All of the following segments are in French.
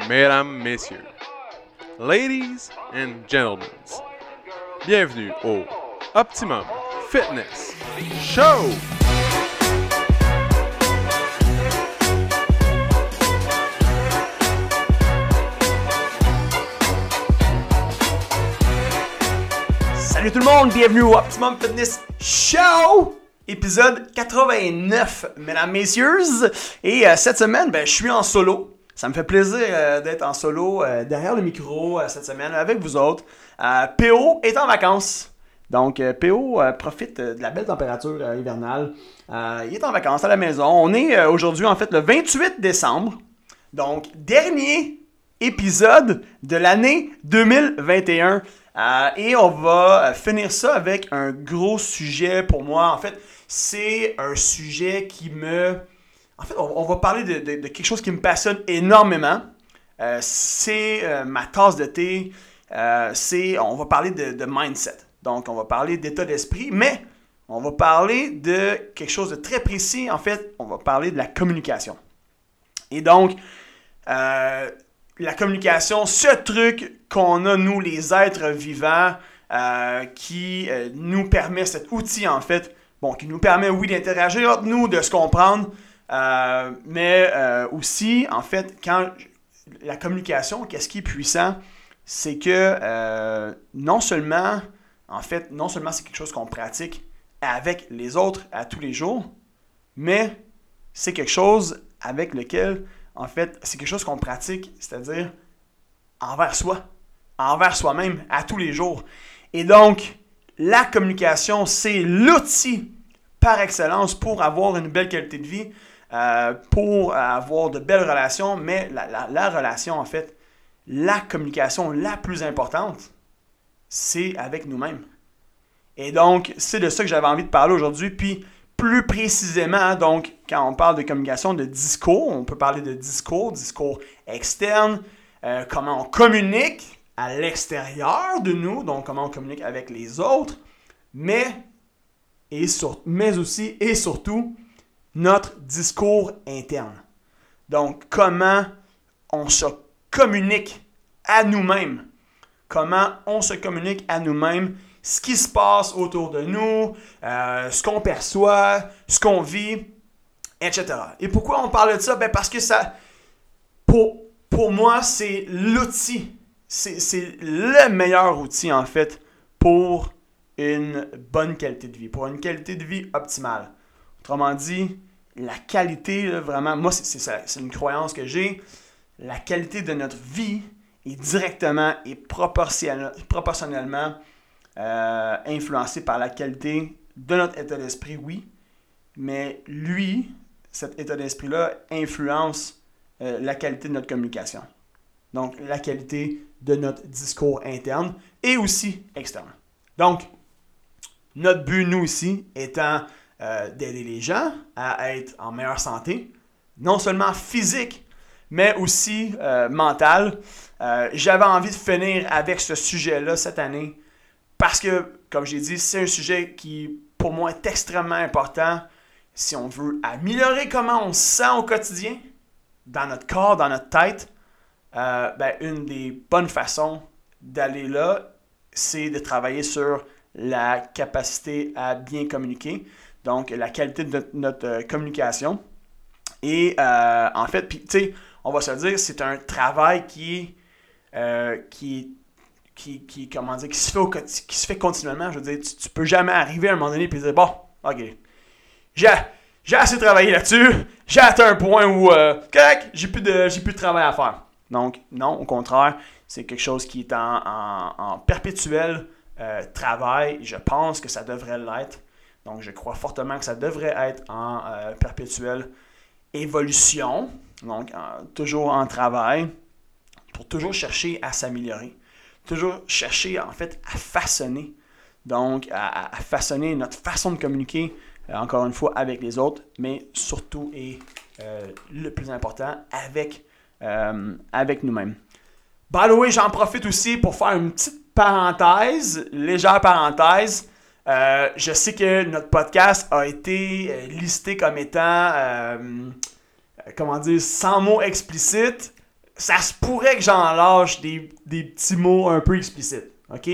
Mesdames, Messieurs, Ladies and Gentlemen, bienvenue au Optimum Fitness Show! Salut tout le monde, bienvenue au Optimum Fitness Show! Épisode 89, mesdames, messieurs. Et cette semaine, je suis en solo. Ça me fait plaisir d'être en solo derrière le micro cette semaine avec vous autres. PO est en vacances. Donc, PO profite de la belle température hivernale. Il est en vacances à la maison. On est aujourd'hui, en fait, le 28 décembre. Donc, dernier épisode de l'année 2021. Et on va finir ça avec un gros sujet pour moi. En fait, c'est un sujet qui me... En fait, on va parler de quelque chose qui me passionne énormément. C'est ma tasse de thé. On va parler de mindset. Donc, on va parler d'état d'esprit, mais on va parler de quelque chose de très précis. En fait, on va parler de la communication. Et donc, la communication, ce truc qu'on a, nous, les êtres vivants, qui nous permet, cet outil, en fait, qui nous permet, oui, d'interagir entre nous, de se comprendre, mais aussi, en fait, quand la communication, qu'est-ce qui est puissant, c'est que non seulement c'est quelque chose qu'on pratique avec les autres à tous les jours, mais c'est quelque chose avec lequel, en fait, c'est quelque chose qu'on pratique, c'est-à-dire envers soi-même, à tous les jours. Et donc, la communication, c'est l'outil par excellence pour avoir une belle qualité de vie, pour avoir de belles relations, mais la relation, en fait, la communication la plus importante, c'est avec nous-mêmes. Et donc, c'est de ça que j'avais envie de parler aujourd'hui, puis plus précisément, donc, quand on parle de communication, de discours, on peut parler de discours externe, comment on communique à l'extérieur de nous, donc comment on communique avec les autres, mais aussi et surtout notre discours interne. Donc, comment on se communique à nous-mêmes. Comment on se communique à nous-mêmes, ce qui se passe autour de nous, ce qu'on perçoit, ce qu'on vit, etc. Et pourquoi on parle de ça? Parce que ça, pour moi, c'est l'outil. C'est le meilleur outil, en fait, pour une bonne qualité de vie, pour une qualité de vie optimale. Autrement dit, la qualité, là, vraiment, moi, c'est une croyance que j'ai, la qualité de notre vie est directement et proportionnellement influencée par la qualité de notre état d'esprit, oui, mais lui, cet état d'esprit-là, influence la qualité de notre communication. Donc, la qualité de notre discours interne et aussi externe. Donc, notre but, nous ici, étant d'aider les gens à être en meilleure santé, non seulement physique, mais aussi mentale. J'avais envie de finir avec ce sujet-là cette année parce que, comme j'ai dit, c'est un sujet qui, pour moi, est extrêmement important si on veut améliorer comment on se sent au quotidien, dans notre corps, dans notre tête. Une des bonnes façons d'aller là, c'est de travailler sur la capacité à bien communiquer, donc la qualité de notre communication. Et en fait, puis tu sais, on va se le dire, c'est un travail qui se fait continuellement. Je veux dire, tu peux jamais arriver à un moment donné et dire, bon, ok, j'ai assez travaillé là-dessus, j'ai atteint un point où, correct, j'ai plus de travail à faire. Donc, non, au contraire, c'est quelque chose qui est en perpétuel travail. Je pense que ça devrait l'être. Donc, je crois fortement que ça devrait être en perpétuelle évolution. Donc, toujours en travail, pour toujours chercher à s'améliorer. Toujours chercher, en fait, à façonner. Donc, à façonner notre façon de communiquer, encore une fois, avec les autres, mais surtout et le plus important, avec nous-mêmes. By the way, j'en profite aussi pour faire une petite parenthèse, légère parenthèse. Je sais que notre podcast a été listé comme étant, sans mots explicites. ça se pourrait que j'en lâche des petits mots un peu explicites. OK?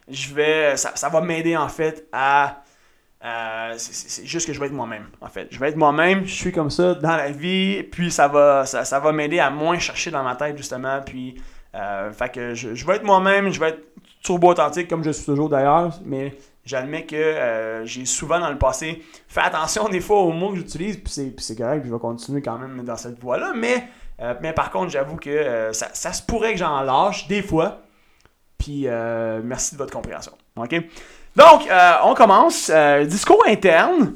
Ça va m'aider en fait à... c'est juste que je vais être moi-même, en fait. Je vais être moi-même, je suis comme ça dans la vie, puis ça va m'aider à moins chercher dans ma tête, justement, puis... fait que je vais être moi-même, je vais être turbo authentique, comme je suis toujours d'ailleurs, mais j'admets que j'ai souvent dans le passé fait attention des fois aux mots que j'utilise, puis c'est correct, puis je vais continuer quand même dans cette voie-là, mais par contre, j'avoue que ça se pourrait que j'en lâche des fois, puis merci de votre compréhension. OK? Donc, on commence. Discours interne.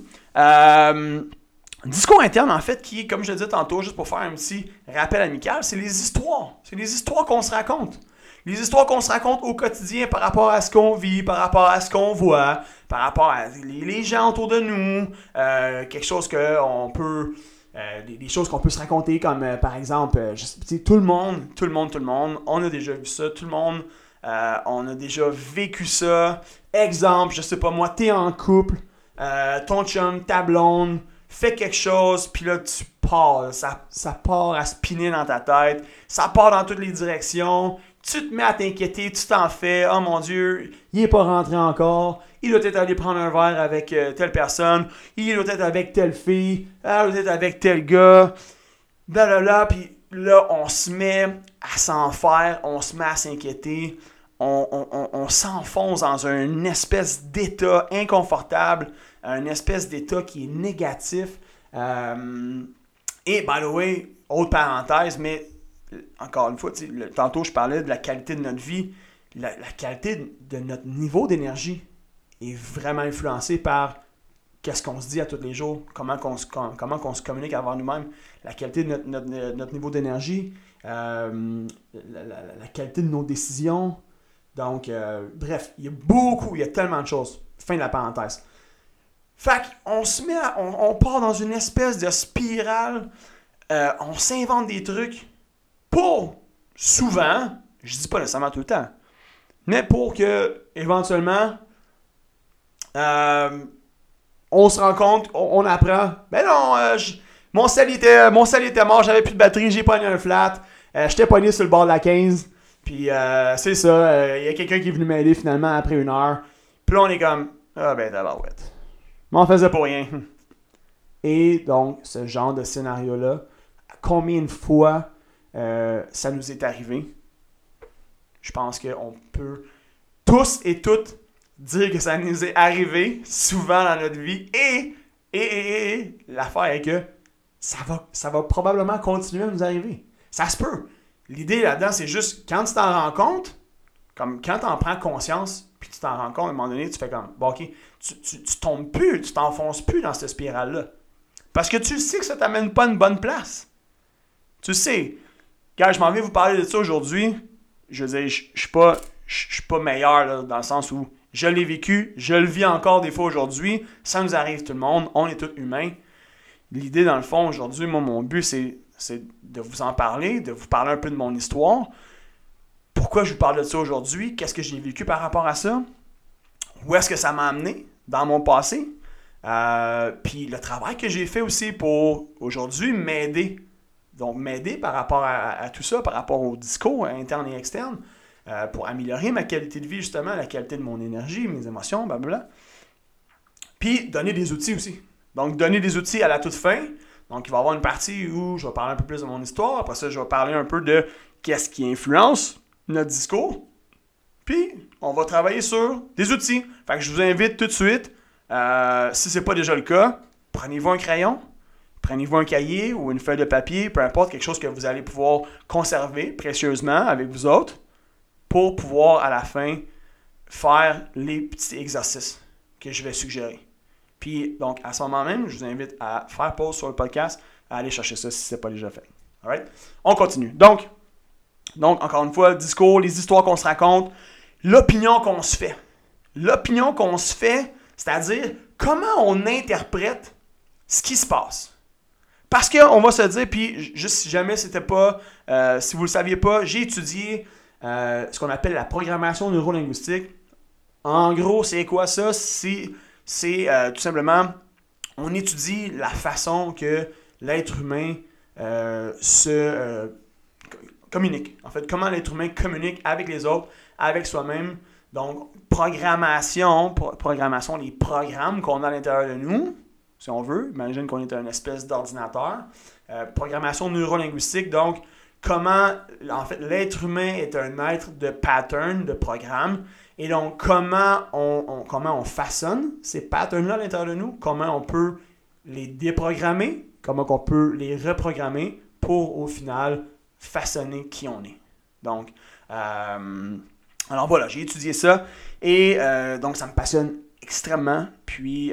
Discours interne, en fait, qui est, comme je le disais tantôt, juste pour faire un petit rappel amical, c'est les histoires. C'est les histoires qu'on se raconte. Les histoires qu'on se raconte au quotidien par rapport à ce qu'on vit, par rapport à ce qu'on voit, par rapport à les gens autour de nous, quelque chose qu'on peut... des choses qu'on peut se raconter, comme par exemple, tout le monde, on a déjà vu ça, tout le monde, on a déjà vécu ça. Exemple, je sais pas moi, t'es en couple, ton chum, ta blonde, fait quelque chose, puis là tu pars, ça part à spinner dans ta tête, ça part dans toutes les directions, tu te mets à t'inquiéter, tu t'en fais, oh mon Dieu, il est pas rentré encore, il doit être allé prendre un verre avec telle personne, il doit être avec telle fille, elle doit être avec tel gars, blablabla, puis là on se met à s'en faire, on se met à s'inquiéter, on s'enfonce dans une espèce d'état inconfortable, un espèce d'état qui est négatif. Et, by the way, autre parenthèse, mais encore une fois, tantôt je parlais de la qualité de notre vie. La qualité de notre niveau d'énergie est vraiment influencée par qu'est-ce qu'on se dit à tous les jours, comment qu'on se communique envers nous-mêmes, la qualité de notre niveau d'énergie, la qualité de nos décisions. Donc, bref, il y a tellement de choses. Fin de la parenthèse. Fait qu'on se met on part dans une espèce de spirale, on s'invente des trucs pour, souvent, je dis pas nécessairement tout le temps, mais pour que, éventuellement, on se rend compte, on apprend, ben non, mon sel était mort, j'avais plus de batterie, j'ai pogné un flat, j'étais pogné sur le bord de la 15, puis c'est ça, y a quelqu'un qui est venu m'aider finalement après 1 heure, puis là on est comme, ah ben tabarouette. Mais on faisait pour rien. Et donc, ce genre de scénario-là, combien de fois ça nous est arrivé? Je pense qu'on peut tous et toutes dire que ça nous est arrivé souvent dans notre vie. Et l'affaire est que ça va probablement continuer à nous arriver. Ça se peut. L'idée là-dedans, c'est juste, quand tu t'en rends compte, comme quand tu en prends conscience, puis tu t'en rends compte, à un moment donné, tu fais comme, bon, ok, tu tombes plus, tu t'enfonces plus dans cette spirale-là. Parce que tu sais que ça t'amène pas à une bonne place. Tu sais, quand je m'en vais vous parler de ça aujourd'hui, je veux dire, je suis pas meilleur là, dans le sens où je l'ai vécu, je le vis encore des fois aujourd'hui, ça nous arrive tout le monde, on est tous humains. L'idée, dans le fond, aujourd'hui, moi, mon but, c'est de vous en parler, de vous parler un peu de mon histoire. Pourquoi je vous parle de ça aujourd'hui? Qu'est-ce que j'ai vécu par rapport à ça? Où est-ce que ça m'a amené dans mon passé? Puis le travail que j'ai fait aussi pour aujourd'hui m'aider. Donc m'aider par rapport à tout ça, par rapport au discours interne et externe, pour améliorer ma qualité de vie, justement, la qualité de mon énergie, mes émotions, blablabla. Puis donner des outils aussi. Donc donner des outils à la toute fin. Donc il va y avoir une partie où je vais parler un peu plus de mon histoire. Après ça, je vais parler un peu de qu'est-ce qui influence notre discours. Puis, on va travailler sur des outils. Fait que je vous invite tout de suite, si ce n'est pas déjà le cas, prenez-vous un crayon, prenez-vous un cahier ou une feuille de papier, peu importe, quelque chose que vous allez pouvoir conserver précieusement avec vous autres pour pouvoir, à la fin, faire les petits exercices que je vais suggérer. Puis, donc, à ce moment même, je vous invite à faire pause sur le podcast, à aller chercher ça si ce n'est pas déjà fait. Alright? On continue. Donc, encore une fois, le discours, les histoires qu'on se raconte, l'opinion qu'on se fait. L'opinion qu'on se fait, c'est-à-dire comment on interprète ce qui se passe. Parce qu'on va se dire, puis juste si jamais c'était pas, si vous ne le saviez pas, j'ai étudié ce qu'on appelle la programmation neurolinguistique. En gros, c'est quoi ça? C'est tout simplement, on étudie la façon que l'être humain communique. En fait, comment l'être humain communique avec les autres, avec soi-même. Donc, programmation, les programmes qu'on a à l'intérieur de nous, si on veut. Imagine qu'on est une espèce d'ordinateur. Programmation neurolinguistique, donc comment, en fait, l'être humain est un être de pattern, de programme. Et donc, comment on façonne ces patterns-là à l'intérieur de nous, comment on peut les déprogrammer, comment on peut les reprogrammer pour, au final, façonner qui on est. Donc, alors voilà, j'ai étudié ça et donc ça me passionne extrêmement. Puis,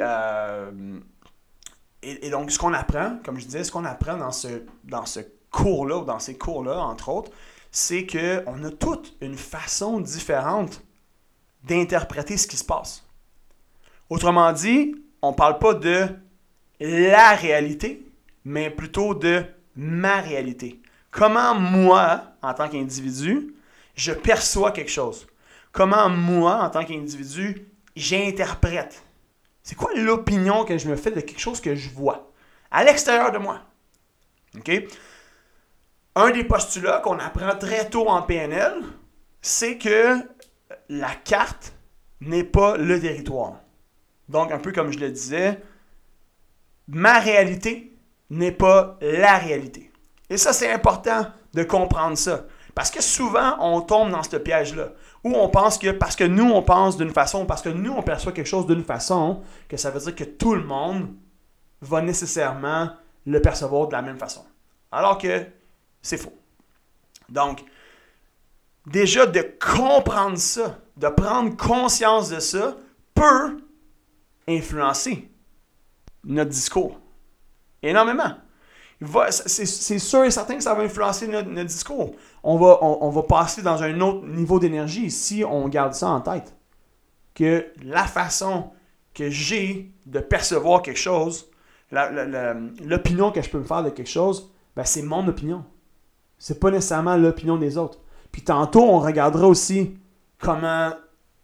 et donc ce qu'on apprend, comme je disais, ce qu'on apprend dans ce cours-là ou dans ces cours-là, entre autres, c'est qu'on a toute une façon différente d'interpréter ce qui se passe. Autrement dit, on ne parle pas de la réalité, mais plutôt de ma réalité. Comment moi, en tant qu'individu, je perçois quelque chose. Comment moi, en tant qu'individu, j'interprète. C'est quoi l'opinion que je me fais de quelque chose que je vois à l'extérieur de moi? OK? Un des postulats qu'on apprend très tôt en PNL, c'est que la carte n'est pas le territoire. Donc, un peu comme je le disais, ma réalité n'est pas la réalité. Et ça, c'est important de comprendre ça. Parce que souvent, on tombe dans ce piège-là, où on pense que parce que nous, on pense d'une façon, parce que nous, on perçoit quelque chose d'une façon, que ça veut dire que tout le monde va nécessairement le percevoir de la même façon. Alors que c'est faux. Donc, déjà de comprendre ça, de prendre conscience de ça, peut influencer notre discours. Énormément. C'est sûr et certain que ça va influencer notre discours. On va passer dans un autre niveau d'énergie si on garde ça en tête. Que la façon que j'ai de percevoir quelque chose, l'opinion que je peux me faire de quelque chose, ben c'est mon opinion. C'est pas nécessairement l'opinion des autres. Puis tantôt, on regardera aussi comment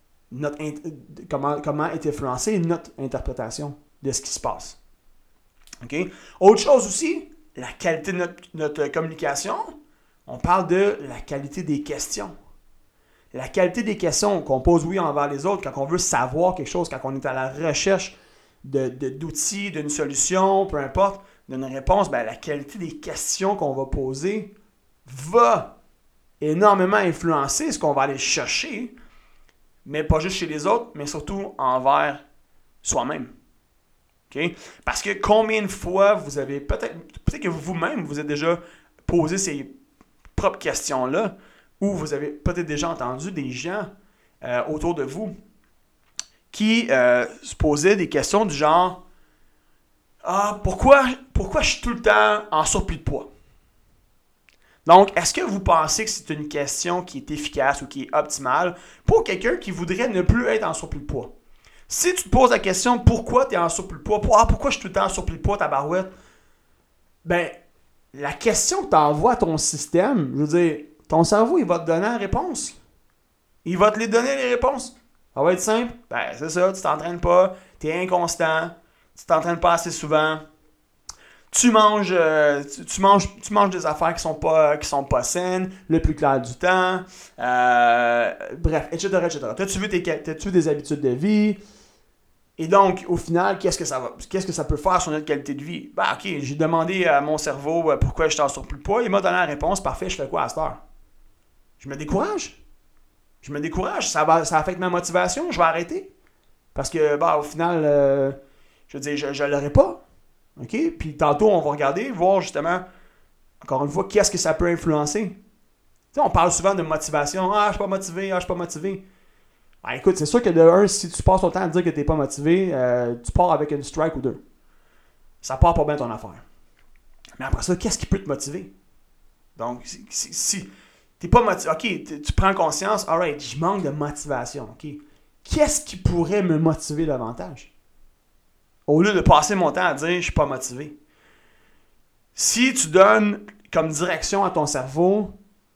est influencée notre interprétation de ce qui se passe. Okay? Autre chose aussi, la qualité de notre communication, on parle de la qualité des questions. La qualité des questions qu'on pose, oui, envers les autres, quand on veut savoir quelque chose, quand on est à la recherche d'outils, d'une solution, peu importe, d'une réponse, ben, la qualité des questions qu'on va poser va énormément influencer ce qu'on va aller chercher, mais pas juste chez les autres, mais surtout envers soi-même. Okay? Parce que combien de fois vous avez, peut-être que vous-même, vous êtes déjà posé ces propres questions-là, ou vous avez peut-être déjà entendu des gens autour de vous qui se posaient des questions du genre « Ah, pourquoi je suis tout le temps en surplus de poids? » Donc, est-ce que vous pensez que c'est une question qui est efficace ou qui est optimale pour quelqu'un qui voudrait ne plus être en surplus de poids? Si tu te poses la question pourquoi tu es en surplus de poids, pourquoi je suis tout le temps en surplus de poids, ta barouette, ben, la question que tu envoies à ton système, je veux dire, ton cerveau, il va te donner la réponse. Il va te les donner les réponses. Ça va être simple. Ben, c'est ça, tu t'entraînes pas, tu es inconstant, tu t'entraînes pas assez souvent. Tu manges des affaires qui sont pas saines, le plus clair du temps, bref, etc., etc. T'as-tu des habitudes de vie? Et donc, au final, qu'est-ce que ça peut faire sur notre qualité de vie? Ben, ok, j'ai demandé à mon cerveau pourquoi j'étais en surplus de poids, il m'a donné la réponse, parfait, je fais quoi à cette heure? Je me décourage. Ça affecte ma motivation, je vais arrêter. Parce que, au final, je veux dire, je l'aurai pas. OK? Puis tantôt, on va regarder, voir justement, encore une fois, qu'est-ce que ça peut influencer. Tu sais, on parle souvent de motivation. Ah, je suis pas motivé. Ben, écoute, c'est sûr que de un, si tu passes ton temps à dire que tu n'es pas motivé, tu pars avec une strike ou deux. Ça part pas bien ton affaire. Mais après ça, qu'est-ce qui peut te motiver? Donc, si t'es pas motivé, OK, tu prends conscience, alright, je manque de motivation. OK? Qu'est-ce qui pourrait me motiver davantage? Au lieu de passer mon temps à dire « je suis pas motivé ». Si tu donnes comme direction à ton cerveau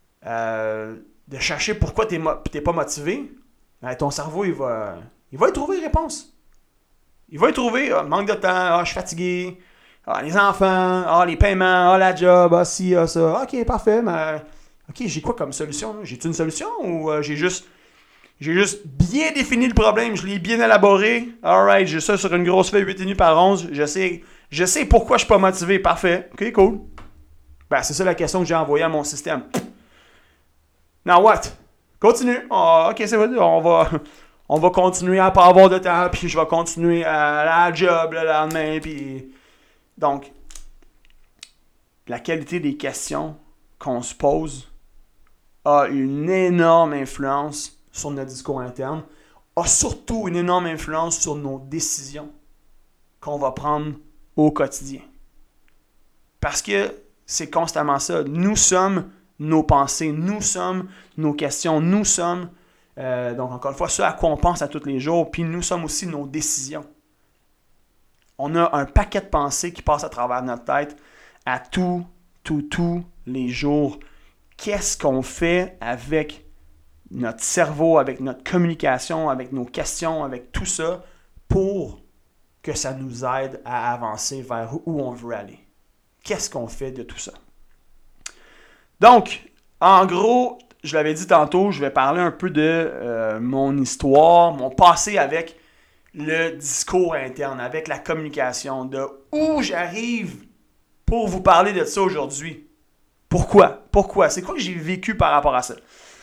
de chercher pourquoi tu n'es pas motivé, ben ton cerveau, il va y trouver une réponse. Il va y trouver manque de temps, je suis fatigué, les enfants, les paiements, la job, ci, ça. OK, parfait, mais OK, j'ai quoi comme solution? J'ai-tu une solution ou j'ai juste bien défini le problème, je l'ai bien élaboré. Alright, j'ai ça sur une grosse feuille 8,5 par 11. Je sais pourquoi je suis pas motivé. Parfait. OK, cool. Ben, c'est ça la question que j'ai envoyée à mon système. Now what? Continue. Oh, OK, c'est vrai. On va continuer à pas avoir de temps, puis je vais continuer à la job le lendemain, puis... Donc, la qualité des questions qu'on se pose a une énorme influence sur notre discours interne, a surtout une énorme influence sur nos décisions qu'on va prendre au quotidien. Parce que c'est constamment ça. Nous sommes nos pensées, nous sommes nos questions, nous sommes, donc encore une fois, ce à quoi on pense à tous les jours, puis nous sommes aussi nos décisions. On a un paquet de pensées qui passent à travers notre tête à tous les jours. Qu'est-ce qu'on fait avec notre cerveau, avec notre communication, avec nos questions, avec tout ça, pour que ça nous aide à avancer vers où on veut aller? Qu'est-ce qu'on fait de tout ça? Donc, en gros, je l'avais dit tantôt, je vais parler un peu de mon histoire, mon passé avec le discours interne, avec la communication, de où j'arrive pour vous parler de ça aujourd'hui. Pourquoi? C'est quoi que j'ai vécu par rapport à ça?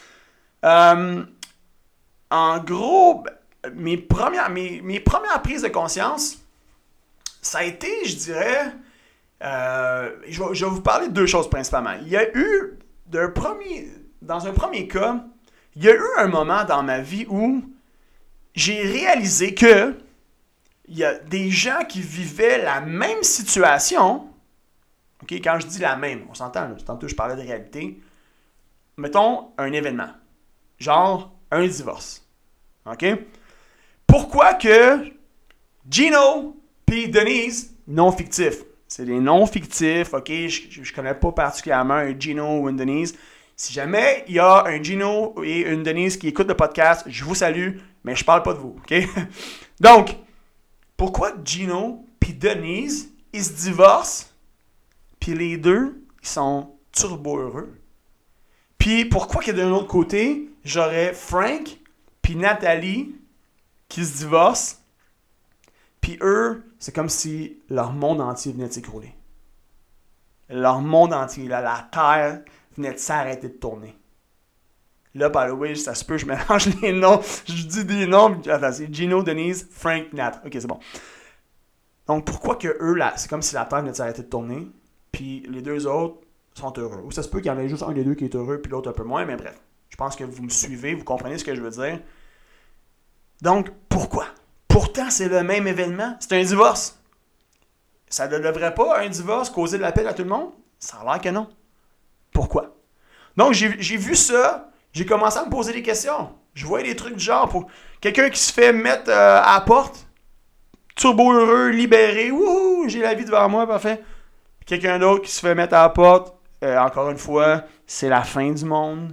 En gros, mes premières prises de conscience, ça a été, je dirais, je vais vous parler de deux choses principalement. Il y a eu, dans un premier cas, il y a eu un moment dans ma vie où j'ai réalisé que il y a des gens qui vivaient la même situation. OK, quand je dis la même, on s'entend, tantôt je parlais de réalité. Mettons un événement, genre un divorce. OK? Pourquoi que Gino puis Denise, non fictifs, c'est des noms fictifs, OK? Je connais pas particulièrement un Gino ou une Denise. Si jamais il y a un Gino et une Denise qui écoutent le podcast, je vous salue, mais je parle pas de vous, OK? Donc, pourquoi Gino puis Denise, ils se divorcent, puis les deux, ils sont turbo heureux? Puis pourquoi que d'un autre côté, j'aurais Frank puis Nathalie qui se divorcent, puis eux, c'est comme si leur monde entier venait de s'écrouler. Leur monde entier, là, la Terre venait de s'arrêter de tourner. Là, by the way, ça se peut, je mélange les noms, je dis des noms, attends, c'est Gino, Denise, Frank, Nat. OK, c'est bon. Donc, pourquoi que eux, là, c'est comme si la Terre venait de s'arrêter de tourner, puis les deux autres sont heureux. Ou ça se peut qu'il y en ait juste un des deux qui est heureux, puis l'autre un peu moins, mais bref. Je pense que vous me suivez, vous comprenez ce que je veux dire. Donc, pourquoi? Pourtant, c'est le même événement. C'est un divorce. Ça ne devrait pas, un divorce, causer de la peine à tout le monde? Ça a l'air que non. Pourquoi? Donc, j'ai vu ça, j'ai commencé à me poser des questions. Je voyais des trucs du genre pour quelqu'un qui se fait mettre à la porte, turbo heureux, libéré, wouhou, j'ai la vie devant moi, parfait. Quelqu'un d'autre qui se fait mettre à la porte, encore une fois, c'est la fin du monde.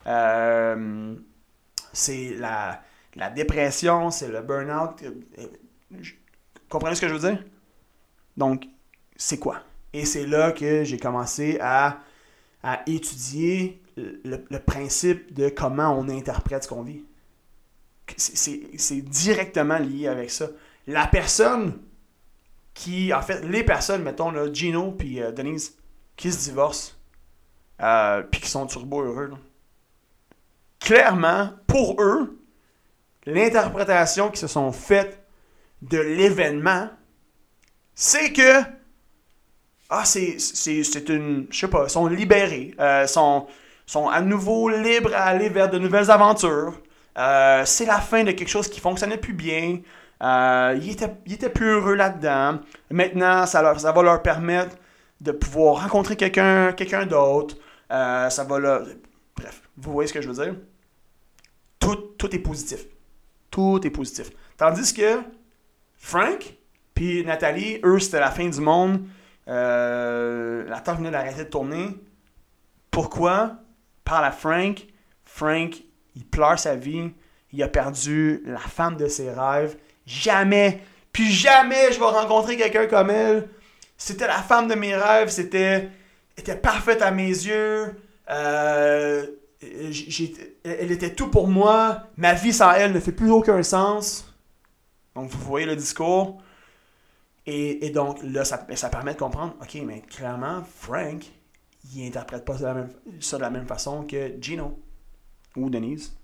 C'est la dépression, c'est le burn-out. Comprenez ce que je veux dire? Donc, c'est quoi? Et c'est là que j'ai commencé à étudier le principe de comment on interprète ce qu'on vit. C'est directement lié avec ça. La personne qui, en fait, les personnes, mettons, là, Gino puis Denise, qui se divorcent, puis qui sont turbo heureux, là. Clairement, pour eux, l'interprétation qu'ils se sont faites de l'événement, c'est que c'est une, je sais pas, sont libérés, sont à nouveau libres à aller vers de nouvelles aventures. C'est la fin de quelque chose qui fonctionnait plus bien. Ils étaient plus heureux là-dedans. Maintenant, ça va leur permettre de pouvoir rencontrer quelqu'un d'autre. Ça va leur... Bref, vous voyez ce que je veux dire? Tout est positif. Tout est positif. Tandis que Frank puis Nathalie, eux, c'était la fin du monde. La Terre venait d'arrêter de tourner. Pourquoi? Parle à Frank. Frank, il pleure sa vie. Il a perdu la femme de ses rêves. Jamais, puis jamais je vais rencontrer quelqu'un comme elle. C'était la femme de mes rêves. Elle était parfaite à mes yeux. Elle était tout pour moi. Ma vie sans elle ne fait plus aucun sens. Donc, vous voyez le discours. Et donc, là, ça permet de comprendre, OK, mais clairement, Frank, il interprète pas ça de la même façon que Gino ou Denise.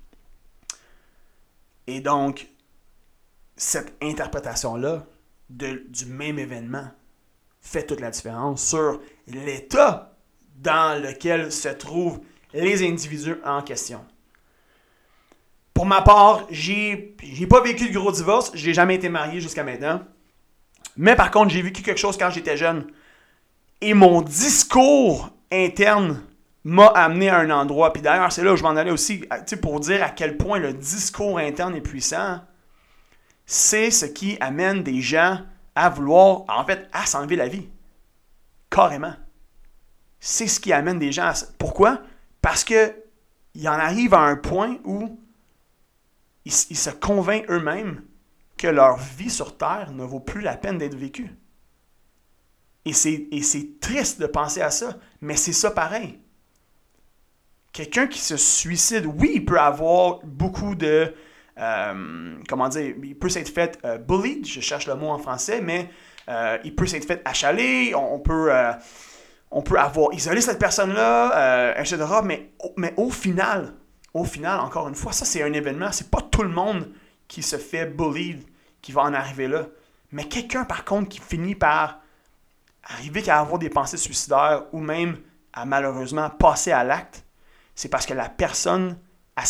Et donc, cette interprétation-là du même événement fait toute la différence sur l'état dans lequel se trouvent les individus en question. Pour ma part, j'ai pas vécu de gros divorce, j'ai jamais été marié jusqu'à maintenant. Mais par contre, j'ai vécu quelque chose quand j'étais jeune. Et mon discours interne m'a amené à un endroit. Puis d'ailleurs, c'est là où je m'en allais aussi, pour dire à quel point le discours interne est puissant. C'est ce qui amène des gens à vouloir, en fait, à s'enlever la vie. Carrément. C'est ce qui amène des gens à... Pourquoi? Parce que il en arrive à un point où ils se convainquent eux-mêmes que leur vie sur Terre ne vaut plus la peine d'être vécue. Et c'est triste de penser à ça, mais c'est ça pareil. Quelqu'un qui se suicide, oui, il peut avoir beaucoup de... il peut s'être fait bullied, je cherche le mot en français, mais il peut s'être fait achaler, on peut avoir isolé cette personne-là, etc. Mais au final, encore une fois, ça c'est un événement, c'est pas tout le monde qui se fait bullied qui va en arriver là. Mais quelqu'un, par contre, qui finit par arriver à avoir des pensées suicidaires ou même à malheureusement passer à l'acte, c'est parce que la personne, elle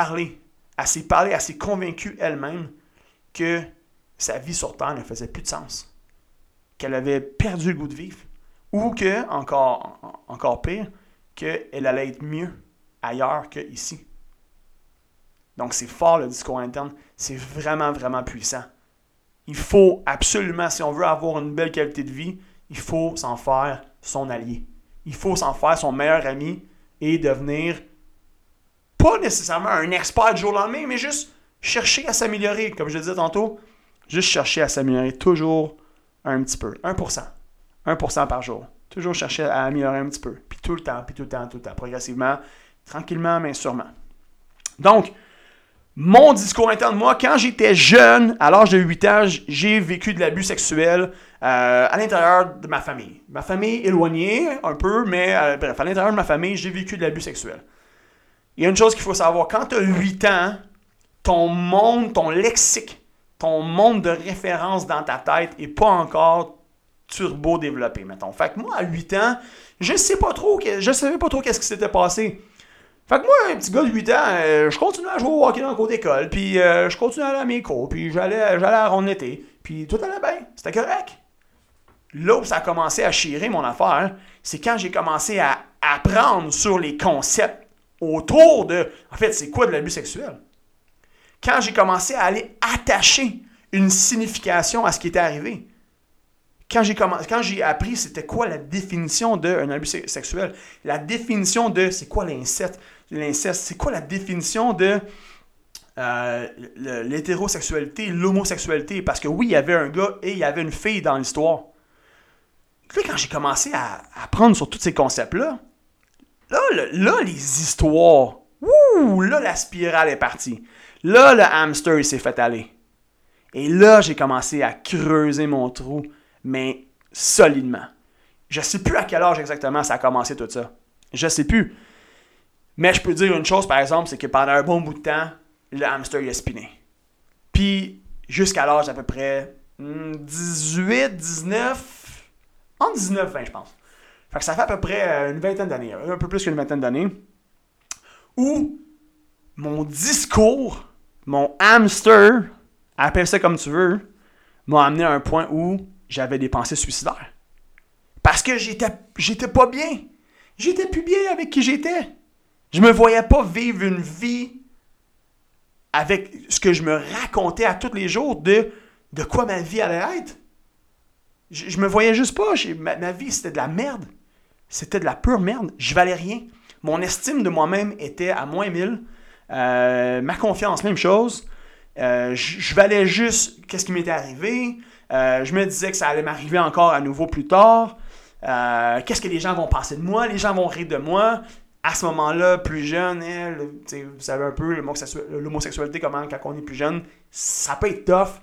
s'est convaincue elle-même que sa vie sur Terre ne faisait plus de sens. Qu'elle avait perdu le goût de vivre. Ou que, encore pire, qu'elle allait être mieux ailleurs qu'ici. Donc c'est fort le discours interne. C'est vraiment, vraiment puissant. Il faut absolument, si on veut avoir une belle qualité de vie, il faut s'en faire son allié. Il faut s'en faire son meilleur ami et devenir, pas nécessairement un expert du jour au lendemain, mais juste chercher à s'améliorer. Comme je le disais tantôt, juste chercher à s'améliorer toujours un petit peu. 1%. 1% par jour. Toujours chercher à améliorer un petit peu. Puis tout le temps. Progressivement, tranquillement, mais sûrement. Donc, mon discours interne, moi, quand j'étais jeune, à l'âge de 8 ans, j'ai vécu de l'abus sexuel à l'intérieur de ma famille. Ma famille éloignée un peu, mais bref, à l'intérieur de ma famille, j'ai vécu de l'abus sexuel. Il y a une chose qu'il faut savoir, quand tu as 8 ans, ton monde, ton lexique, ton monde de référence dans ta tête n'est pas encore turbo développé, mettons. Fait que moi, à 8 ans, je savais pas trop qu'est-ce qui s'était passé. Fait que moi, un petit gars de 8 ans, je continuais à jouer au hockey dans le cours d'école, puis je continuais à aller à mes cours, puis j'allais à la ronde l'été, puis tout allait bien, c'était correct. Là où ça a commencé à chirer mon affaire, c'est quand j'ai commencé à apprendre sur les concepts autour de, en fait, c'est quoi de l'abus sexuel? Quand j'ai commencé à aller attacher une signification à ce qui était arrivé. Quand j'ai appris c'était quoi la définition d'un abus sexuel, la définition de c'est quoi l'inceste, c'est quoi la définition de l'hétérosexualité, l'homosexualité, parce que oui, il y avait un gars et il y avait une fille dans l'histoire. Puis quand j'ai commencé à apprendre sur tous ces concepts-là, là les histoires, là la spirale est partie. Là, le hamster il s'est fait aller. Et là, j'ai commencé à creuser mon trou, mais solidement. Je ne sais plus à quel âge exactement ça a commencé tout ça. Je ne sais plus. Mais je peux dire une chose, par exemple, c'est que pendant un bon bout de temps, le hamster il a spiné. Puis, jusqu'à l'âge d'à peu près 18, 19, entre 19 et 20, je pense. Fait que ça fait à peu près une vingtaine d'années, un peu plus qu'une vingtaine d'années, où mon discours, mon hamster, appelle ça comme tu veux, m'a amené à un point où j'avais des pensées suicidaires. Parce que j'étais pas bien. J'étais plus bien avec qui j'étais. Je me voyais pas vivre une vie avec ce que je me racontais à tous les jours de quoi ma vie allait être. Je me voyais juste pas. Ma vie, c'était de la merde. C'était de la pure merde. Je valais rien. Mon estime de moi-même était à moins 1000. Ma confiance, même chose. Je valais juste qu'est-ce qui m'était arrivé. Je me disais que ça allait m'arriver encore à nouveau plus tard. Qu'est-ce que les gens vont penser de moi? Les gens vont rire de moi. à ce moment-là, plus jeune, vous savez un peu, l'homosexualité, comment, quand on est plus jeune, ça peut être tough.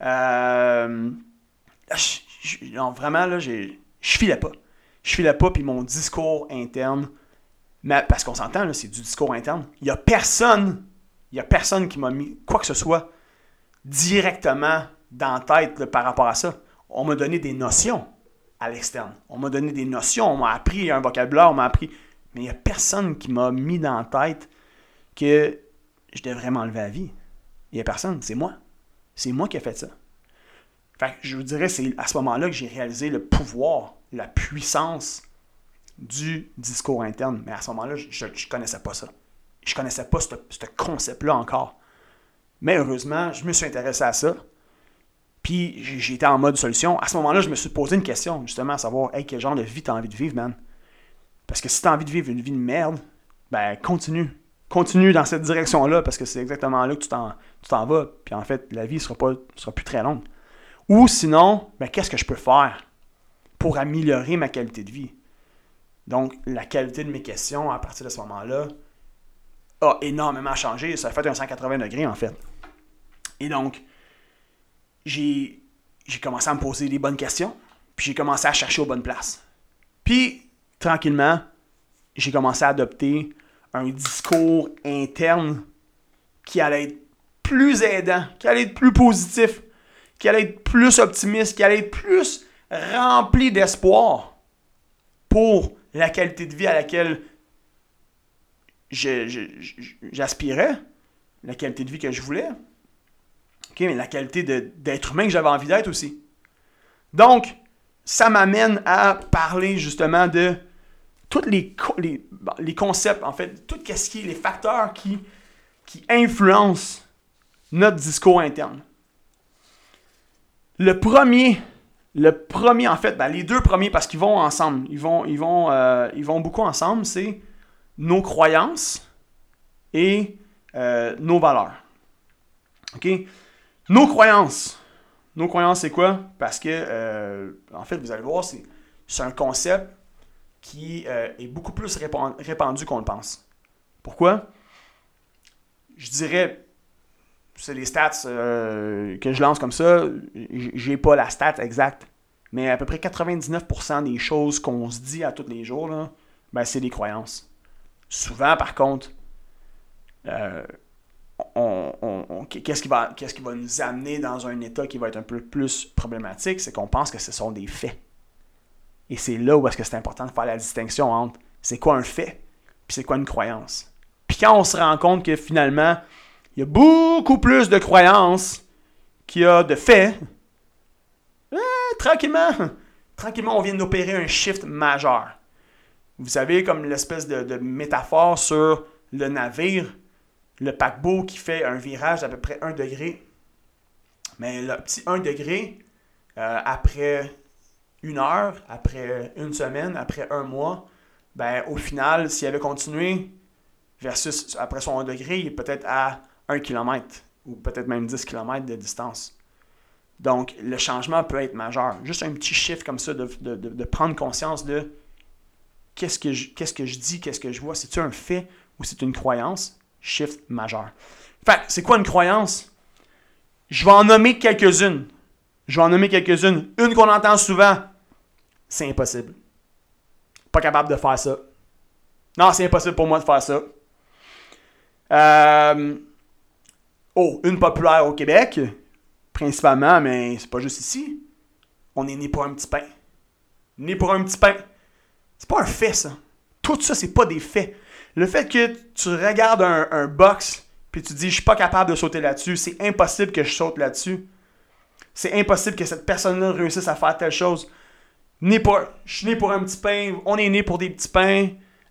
Non, vraiment, là, je filais pas. Je filais pas, puis mon discours interne, mais parce qu'on s'entend, là, c'est du discours interne. Il y a personne qui m'a mis quoi que ce soit directement dans la tête là, par rapport à ça. On m'a donné des notions à l'externe. On m'a donné des notions, on m'a appris un vocabulaire, on m'a appris... Mais il n'y a personne qui m'a mis dans la tête que je devrais m'enlever la vie. Il n'y a personne, c'est moi. C'est moi qui ai fait ça. Fait que je vous dirais, c'est à ce moment-là que j'ai réalisé le pouvoir, la puissance du discours interne. Mais à ce moment-là, je ne connaissais pas ça. Je ne connaissais pas ce concept-là encore. Mais heureusement, je me suis intéressé à ça. Puis j'ai été en mode solution. À ce moment-là, je me suis posé une question, justement, à savoir, hey, quel genre de vie tu as envie de vivre, man? Parce que si tu as envie de vivre une vie de merde, ben continue. Continue dans cette direction-là, parce que c'est exactement là que tu t'en vas. Puis en fait, la vie ne sera plus très longue. Ou sinon, ben qu'est-ce que je peux faire pour améliorer ma qualité de vie? Donc, la qualité de mes questions, à partir de ce moment-là, a énormément changé. Ça a fait un 180 degrés, en fait. Et donc, j'ai commencé à me poser les bonnes questions, puis j'ai commencé à chercher aux bonnes places. Puis, tranquillement, j'ai commencé à adopter un discours interne qui allait être plus aidant, qui allait être plus positif, qui allait être plus optimiste, qui allait être plus rempli d'espoir pour la qualité de vie à laquelle j'aspirais, la qualité de vie que je voulais, mais la qualité d'être humain que j'avais envie d'être aussi. Donc, ça m'amène à parler justement de tous les concepts, en fait, tout ce qui est les facteurs qui influencent notre discours interne. Le premier, en fait, les deux premiers, parce qu'ils vont ensemble, ils vont beaucoup ensemble, c'est nos croyances et nos valeurs. OK? Nos croyances, c'est quoi? Parce que, en fait, vous allez voir, c'est un concept qui est beaucoup plus répandu qu'on le pense. Pourquoi? Je dirais, c'est les stats que je lance comme ça, j'ai pas la stat exacte, mais à peu près 99% des choses qu'on se dit à tous les jours, là, ben, c'est des croyances. Souvent, par contre, qu'est-ce qui va nous amener dans un état qui va être un peu plus problématique, c'est qu'on pense que ce sont des faits. Et c'est là où est-ce que c'est important de faire la distinction entre c'est quoi un fait puis c'est quoi une croyance. Puis quand on se rend compte que finalement, il y a beaucoup plus de croyances qu'il y a de faits, tranquillement, on vient d'opérer un shift majeur. Vous savez, comme l'espèce de métaphore sur le navire, le paquebot qui fait un virage d'à peu près 1 degré. Mais le petit 1 degré, après 1 heure, après 1 semaine, après 1 mois, ben, au final, s'il avait continué versus après son 1 degré, il est peut-être à 1 km ou peut-être même 10 km de distance. Donc, le changement peut être majeur. Juste un petit shift comme ça, de prendre conscience de qu'est-ce que je dis, qu'est-ce que je vois, c'est-tu un fait ou c'est une croyance? Shift majeur. Fait, c'est quoi une croyance? Je vais en nommer quelques-unes. Une qu'on entend souvent, c'est impossible. Pas capable de faire ça. Non, c'est impossible pour moi de faire ça. Une populaire au Québec, principalement, mais c'est pas juste ici. On est né pour un petit pain. C'est pas un fait, ça. Tout ça, c'est pas des faits. Le fait que tu regardes un box puis tu dis « je suis pas capable de sauter là-dessus », c'est impossible que je saute là-dessus. C'est impossible que cette personne-là réussisse à faire telle chose. Je suis né pour un petit pain. On est né pour des petits pains.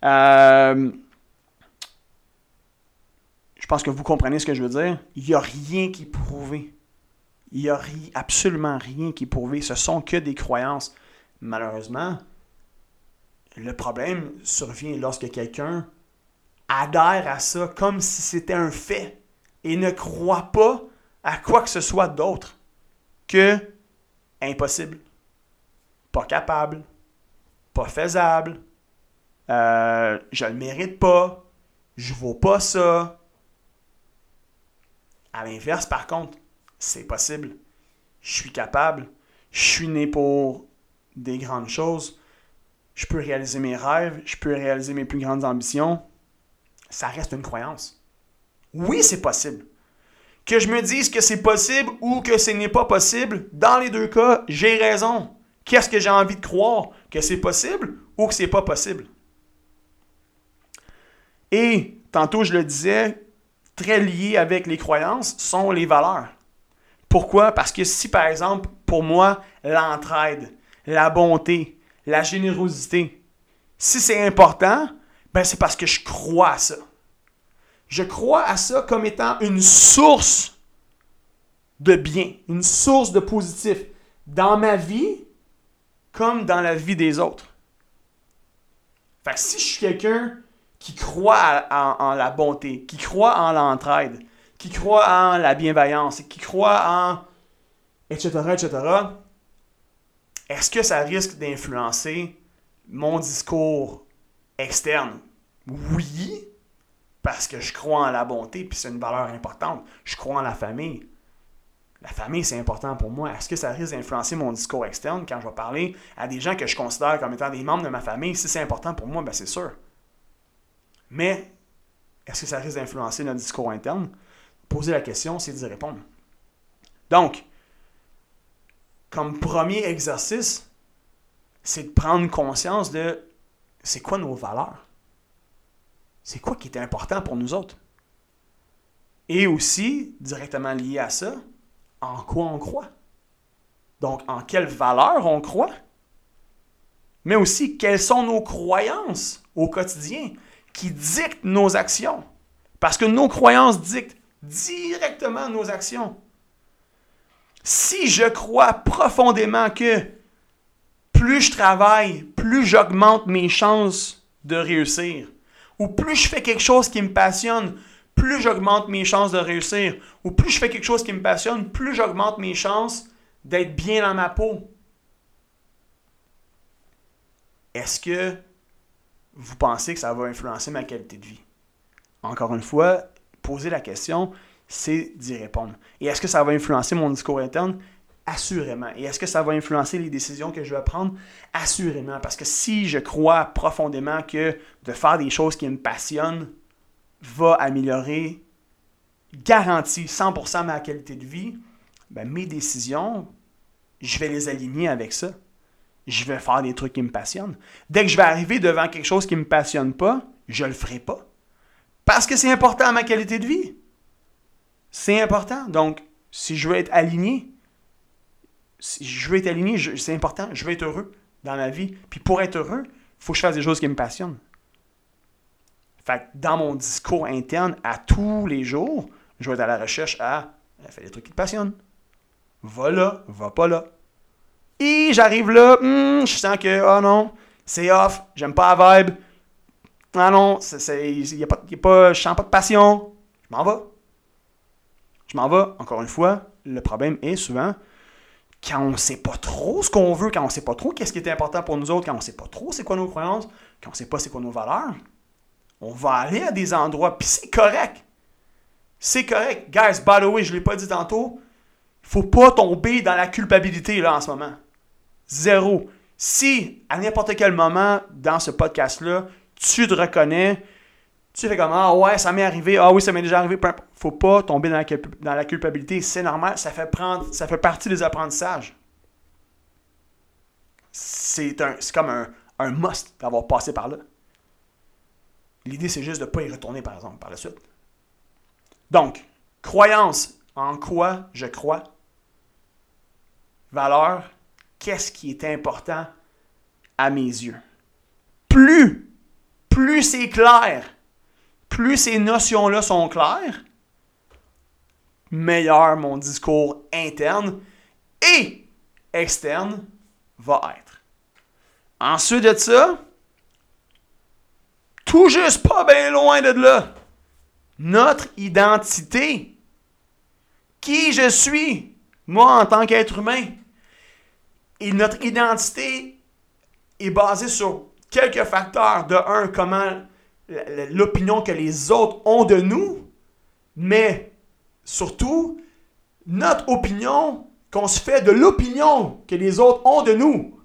Je pense que vous comprenez ce que je veux dire. Il n'y a rien qui est prouvé. Il n'y a absolument rien qui est prouvé. Ce sont que des croyances. Malheureusement, le problème survient lorsque quelqu'un adhère à ça comme si c'était un fait et ne croit pas à quoi que ce soit d'autre que impossible, pas capable, pas faisable, je le mérite pas, je vaux pas ça. À l'inverse, par contre, c'est possible. Je suis capable. Je suis né pour des grandes choses. Je peux réaliser mes rêves. Je peux réaliser mes plus grandes ambitions. Ça reste une croyance. Oui, c'est possible. Que je me dise que c'est possible ou que ce n'est pas possible, dans les deux cas, j'ai raison. Qu'est-ce que j'ai envie de croire? Que c'est possible ou que c'est pas possible? Et, tantôt je le disais, très lié avec les croyances sont les valeurs. Pourquoi? Parce que si, par exemple, pour moi, l'entraide, la bonté, la générosité, si c'est important, ben c'est parce que je crois à ça. Je crois à ça comme étant une source de bien, une source de positif dans ma vie comme dans la vie des autres. Fait que si je suis quelqu'un qui croit en la bonté, qui croit en l'entraide, qui croit en la bienveillance, qui croit en etc., est-ce que ça risque d'influencer mon discours externe? Oui, parce que je crois en la bonté, puis c'est une valeur importante. Je crois en la famille. La famille, c'est important pour moi. Est-ce que ça risque d'influencer mon discours externe quand je vais parler à des gens que je considère comme étant des membres de ma famille? Si c'est important pour moi, ben c'est sûr. Mais, est-ce que ça risque d'influencer notre discours interne? Poser la question, c'est d'y répondre. Donc, comme premier exercice, c'est de prendre conscience de c'est quoi nos valeurs? C'est quoi qui est important pour nous autres? Et aussi, directement lié à ça, en quoi on croit? Donc, en quelles valeurs on croit? Mais aussi, quelles sont nos croyances au quotidien qui dictent nos actions? Parce que nos croyances dictent directement nos actions. Si je crois profondément que plus je travaille, plus j'augmente mes chances de réussir, ou plus je fais quelque chose qui me passionne, plus j'augmente mes chances de réussir, ou plus je fais quelque chose qui me passionne, plus j'augmente mes chances d'être bien dans ma peau. Est-ce que vous pensez que ça va influencer ma qualité de vie? Encore une fois, poser la question, c'est d'y répondre. Et est-ce que ça va influencer mon discours interne? Assurément. Et est-ce que ça va influencer les décisions que je vais prendre? Assurément. Parce que si je crois profondément que de faire des choses qui me passionnent va améliorer, garantie 100% ma qualité de vie, ben mes décisions, je vais les aligner avec ça. Je vais faire des trucs qui me passionnent. Dès que je vais arriver devant quelque chose qui ne me passionne pas, je ne le ferai pas. Parce que c'est important à ma qualité de vie. C'est important. Donc, si je veux être aligné, c'est important. Je veux être heureux dans ma vie. Puis pour être heureux, il faut que je fasse des choses qui me passionnent. Fait que dans mon discours interne, à tous les jours, je vais être à la recherche à faire des trucs qui te passionnent. Va là, va pas là. Et j'arrive là, je sens que, oh non, c'est off, j'aime pas la vibe. Ah non, je sens pas de passion. Je m'en vais. Encore une fois, le problème est souvent quand on ne sait pas trop ce qu'on veut, quand on ne sait pas trop qu'est-ce qui est important pour nous autres, quand on ne sait pas trop c'est quoi nos croyances, quand on ne sait pas c'est quoi nos valeurs, on va aller à des endroits, puis c'est correct. C'est correct. Guys, by the way, je ne l'ai pas dit tantôt, il ne faut pas tomber dans la culpabilité là en ce moment. Zéro. Si, à n'importe quel moment dans ce podcast-là, tu te reconnais, tu fais comme « Ah ouais, ça m'est arrivé. Ah oui, ça m'est déjà arrivé. » Il ne faut pas tomber dans la culpabilité. C'est normal. Ça fait partie des apprentissages. C'est comme un must d'avoir passé par là. L'idée, c'est juste de ne pas y retourner, par exemple, par la suite. Donc, croyance. En quoi je crois? Valeur. Qu'est-ce qui est important à mes yeux? Plus c'est clair, plus ces notions-là sont claires, meilleur mon discours interne et externe va être. Ensuite de ça, tout juste pas bien loin de là, notre identité. Qui je suis, moi en tant qu'être humain. Et notre identité est basée sur quelques facteurs. De un, comment l'opinion que les autres ont de nous, mais surtout, notre opinion qu'on se fait de l'opinion que les autres ont de nous.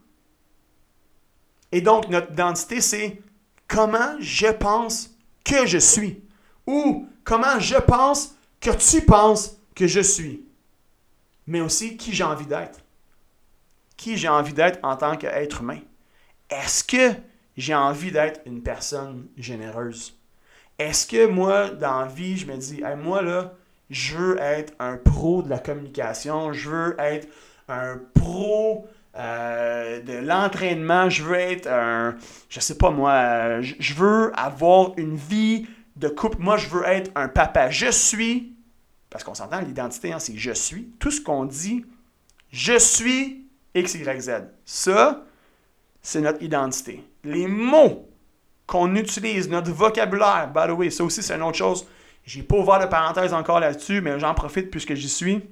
Et donc, notre identité, c'est comment je pense que je suis. Ou comment je pense que tu penses que je suis. Mais aussi qui j'ai envie d'être. Qui j'ai envie d'être en tant qu'être humain. Est-ce que j'ai envie d'être une personne généreuse? Est-ce que moi, dans la vie, je me dis, hey, moi là, je veux être un pro de la communication, je veux être un pro de l'entraînement, je veux être un, je sais pas moi, je veux avoir une vie de couple, moi je veux être un papa, je suis, parce qu'on s'entend, l'identité, hein, c'est je suis, tout ce qu'on dit, je suis X, Y, Z. Ça, c'est notre identité. Les mots qu'on utilise, notre vocabulaire, by the way, ça aussi c'est une autre chose. J'ai pas ouvert de parenthèse encore là-dessus, mais j'en profite puisque j'y suis.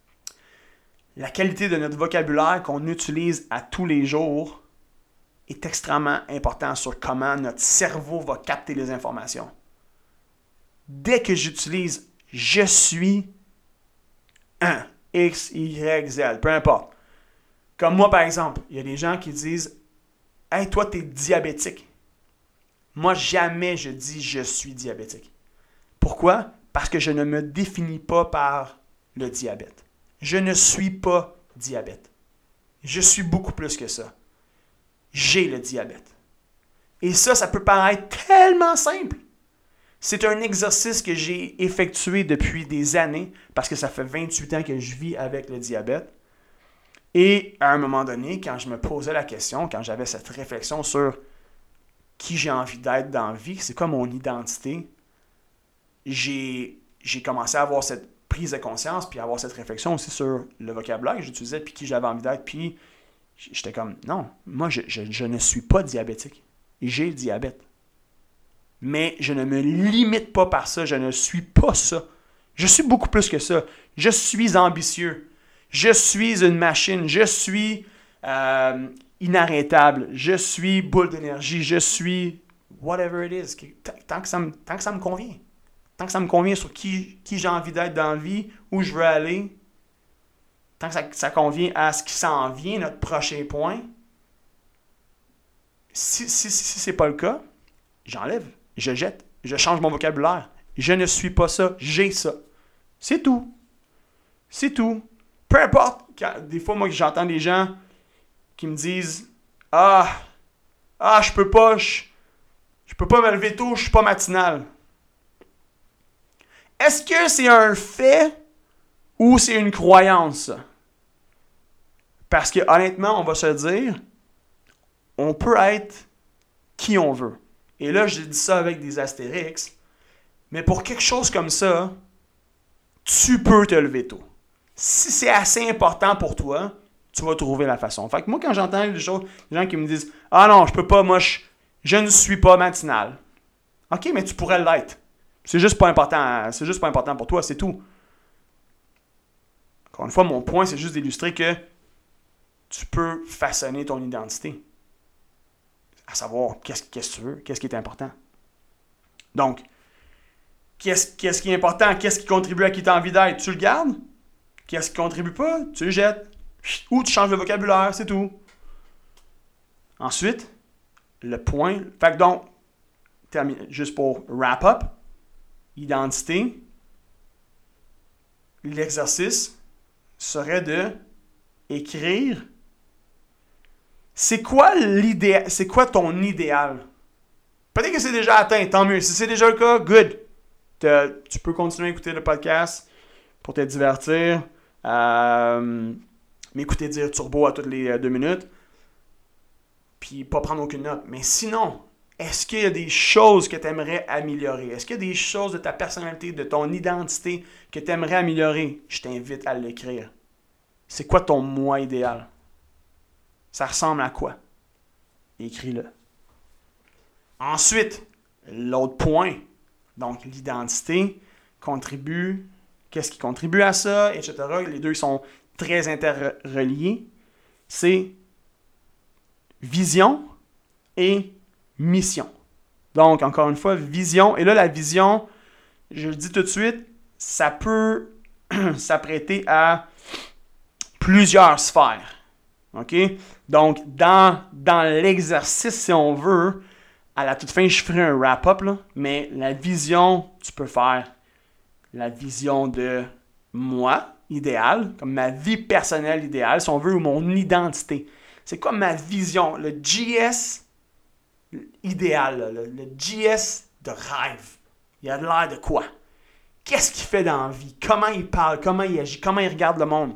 La qualité de notre vocabulaire qu'on utilise à tous les jours est extrêmement important sur comment notre cerveau va capter les informations. Dès que j'utilise « je suis un X, Y, Z », peu importe. Comme moi, par exemple, il y a des gens qui disent « Hey, toi, t'es diabétique ». Moi, jamais je dis « je suis diabétique ». Pourquoi? Parce que je ne me définis pas par le diabète. Je ne suis pas diabète. Je suis beaucoup plus que ça. J'ai le diabète. Et ça peut paraître tellement simple. C'est un exercice que j'ai effectué depuis des années parce que ça fait 28 ans que je vis avec le diabète. Et à un moment donné, quand je me posais la question, quand j'avais cette réflexion sur qui j'ai envie d'être dans la vie, c'est quoi mon identité, j'ai commencé à avoir cette prise de conscience puis à avoir cette réflexion aussi sur le vocabulaire que j'utilisais puis qui j'avais envie d'être. Puis j'étais comme, non, moi je ne suis pas diabétique. J'ai le diabète. Mais je ne me limite pas par ça. Je ne suis pas ça. Je suis beaucoup plus que ça. Je suis ambitieux. Je suis une machine. Je suis inarrêtable. Je suis boule d'énergie. Je suis whatever it is. Tant que ça me convient. Tant que ça me convient sur qui j'ai envie d'être dans la vie, où je veux aller, tant que ça convient à ce qui s'en vient, notre prochain point, si c'est pas le cas, j'enlève, je jette, je change mon vocabulaire. Je ne suis pas ça, j'ai ça. C'est tout. C'est tout. Peu importe, des fois, moi, j'entends des gens qui me disent « je peux pas me lever tôt, je suis pas matinal. » Est-ce que c'est un fait ou c'est une croyance? Parce que honnêtement, on va se dire, on peut être qui on veut. Et là, je dis ça avec des astérix, mais pour quelque chose comme ça, tu peux te lever tôt. Si c'est assez important pour toi, tu vas trouver la façon. Fait que moi, quand j'entends des gens qui me disent « Ah non, je peux pas, moi, je ne suis pas matinal. » OK, mais tu pourrais l'être. C'est juste pas important pour toi, c'est tout. Encore une fois, mon point, c'est juste d'illustrer que tu peux façonner ton identité. À savoir, qu'est-ce que tu veux, qu'est-ce qui est important. Donc, qu'est-ce qui est important, qu'est-ce qui contribue à qui tu as envie d'être, tu le gardes. Qu'est-ce qui ne contribue pas, tu le jettes. Ou tu changes le vocabulaire, c'est tout. Ensuite, le point. Fait que donc, juste pour wrap up, identité, l'exercice serait de écrire c'est quoi ton idéal. Peut-être que c'est déjà atteint, tant mieux. Si c'est déjà le cas, good. Tu peux continuer à écouter le podcast pour te divertir. M'écouter dire turbo à toutes les 2 minutes. Puis pas prendre aucune note. Mais sinon, est-ce qu'il y a des choses que tu aimerais améliorer? Est-ce qu'il y a des choses de ta personnalité, de ton identité que tu aimerais améliorer? Je t'invite à l'écrire. C'est quoi ton moi idéal? Ça ressemble à quoi? Écris-le. Ensuite, l'autre point, donc l'identité, qu'est-ce qui contribue à ça, etc. Les deux sont très interreliés. C'est vision et mission. Donc, encore une fois, vision. Et là, la vision, je le dis tout de suite, ça peut s'apprêter à plusieurs sphères. OK? Donc, dans l'exercice, si on veut, à la toute fin, je ferai un wrap-up, là, mais la vision, tu peux faire la vision de moi, idéal, comme ma vie personnelle idéale, si on veut, ou mon identité. C'est quoi ma vision? Le GS idéal, là, le GS de rêve. Il a l'air de quoi? Qu'est-ce qu'il fait dans la vie? Comment il parle? Comment il agit? Comment il regarde le monde?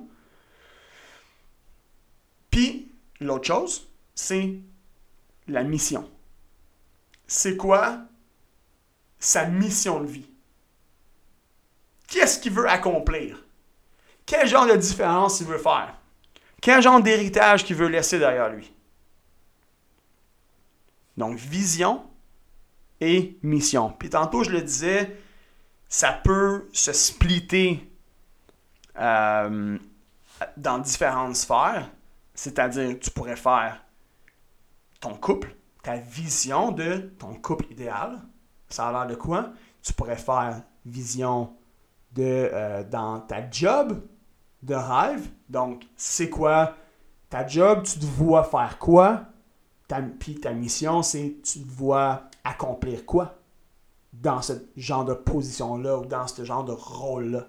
Puis, l'autre chose, c'est la mission. C'est quoi sa mission de vie? Qu'est-ce qu'il veut accomplir? Quel genre de différence il veut faire? Quel genre d'héritage qu'il veut laisser derrière lui? Donc, vision et mission. Puis tantôt, je le disais, ça peut se splitter dans différentes sphères. C'est-à-dire, tu pourrais faire ton couple, ta vision de ton couple idéal. Ça a l'air de quoi? Tu pourrais faire vision de dans ta job de rêve. Donc, c'est quoi ta job? Tu te vois faire quoi? Puis ta mission, c'est tu te vois accomplir quoi dans ce genre de position-là ou dans ce genre de rôle-là.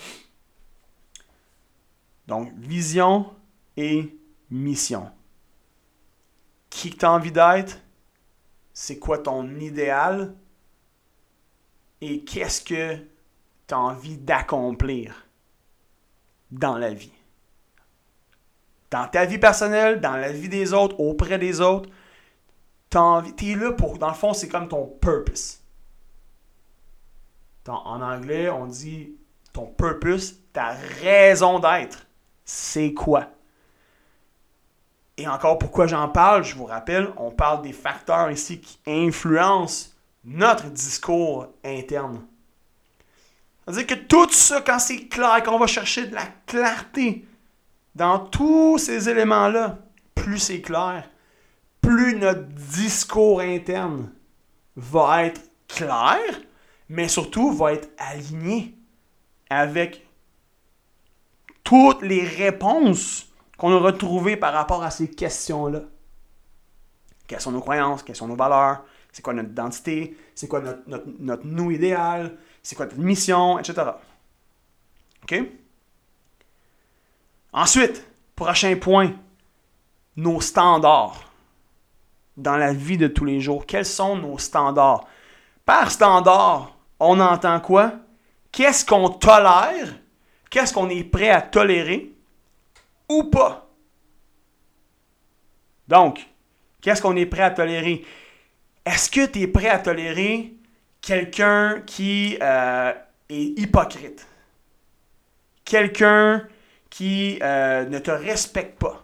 Donc, vision et mission. Qui tu as envie d'être? C'est quoi ton idéal? Et qu'est-ce que tu as envie d'accomplir dans la vie? Dans ta vie personnelle, dans la vie des autres, auprès des autres, tu es là pour, dans le fond, c'est comme ton purpose. En anglais, on dit ton purpose, ta raison d'être. C'est quoi? Et encore, pourquoi j'en parle? Je vous rappelle, on parle des facteurs ici qui influencent notre discours interne. C'est-à-dire que tout ça, quand c'est clair, qu'on va chercher de la clarté dans tous ces éléments-là, plus c'est clair, plus notre discours interne va être clair, mais surtout va être aligné avec toutes les réponses qu'on a retrouvées par rapport à ces questions-là. Quelles sont nos croyances? Quelles sont nos valeurs? C'est quoi notre identité? C'est quoi notre nous idéal? C'est quoi notre mission? Etc. OK? Ensuite, prochain point, nos standards dans la vie de tous les jours. Quels sont nos standards? Par standard, on entend quoi? Qu'est-ce qu'on tolère? Qu'est-ce qu'on est prêt à tolérer ou pas? Donc, qu'est-ce qu'on est prêt à tolérer? Est-ce que tu es prêt à tolérer quelqu'un qui est hypocrite? Quelqu'un qui ne te respecte pas?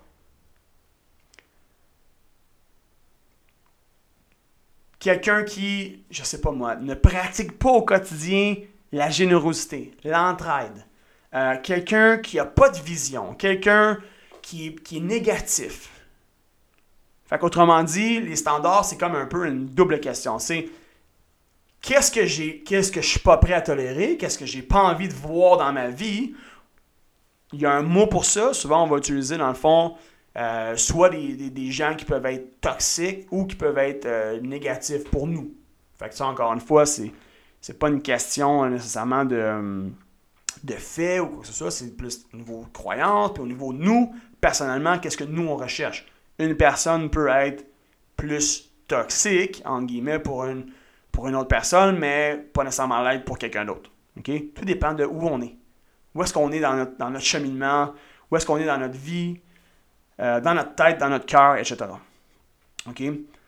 Quelqu'un qui, je sais pas moi, ne pratique pas au quotidien la générosité, l'entraide. Quelqu'un qui n'a pas de vision. Quelqu'un qui est négatif. Fait qu'autrement dit, les standards, c'est comme un peu une double question. C'est qu'est-ce que je suis pas prêt à tolérer? Qu'est-ce que j'ai pas envie de voir dans ma vie? Il y a un mot pour ça. Souvent, on va utiliser, dans le fond, soit des gens qui peuvent être toxiques ou qui peuvent être négatifs pour nous. Fait que ça, encore une fois, c'est pas une question nécessairement de fait ou quoi que ce soit. C'est plus au niveau croyance, puis au niveau de nous, personnellement, qu'est-ce que nous, on recherche. Une personne peut être plus toxique, entre guillemets, pour une autre personne, mais pas nécessairement l'être pour quelqu'un d'autre. Okay? Tout dépend de où on est. Où est-ce qu'on est dans notre cheminement, où est-ce qu'on est dans notre vie, dans notre tête, dans notre cœur, etc. OK?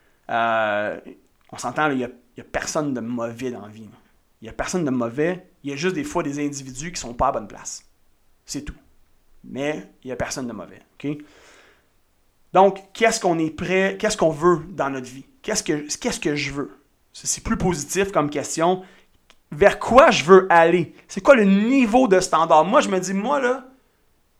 On s'entend, il n'y a personne de mauvais dans la vie. Il n'y a personne de mauvais. Il y a juste des fois des individus qui ne sont pas à bonne place. C'est tout. Mais il n'y a personne de mauvais. OK? Donc, qu'est-ce qu'on est prêt, qu'est-ce qu'on veut dans notre vie? Qu'est-ce que je veux? C'est plus positif comme question. Vers quoi je veux aller? C'est quoi le niveau de standard? Moi, je me dis, moi, là,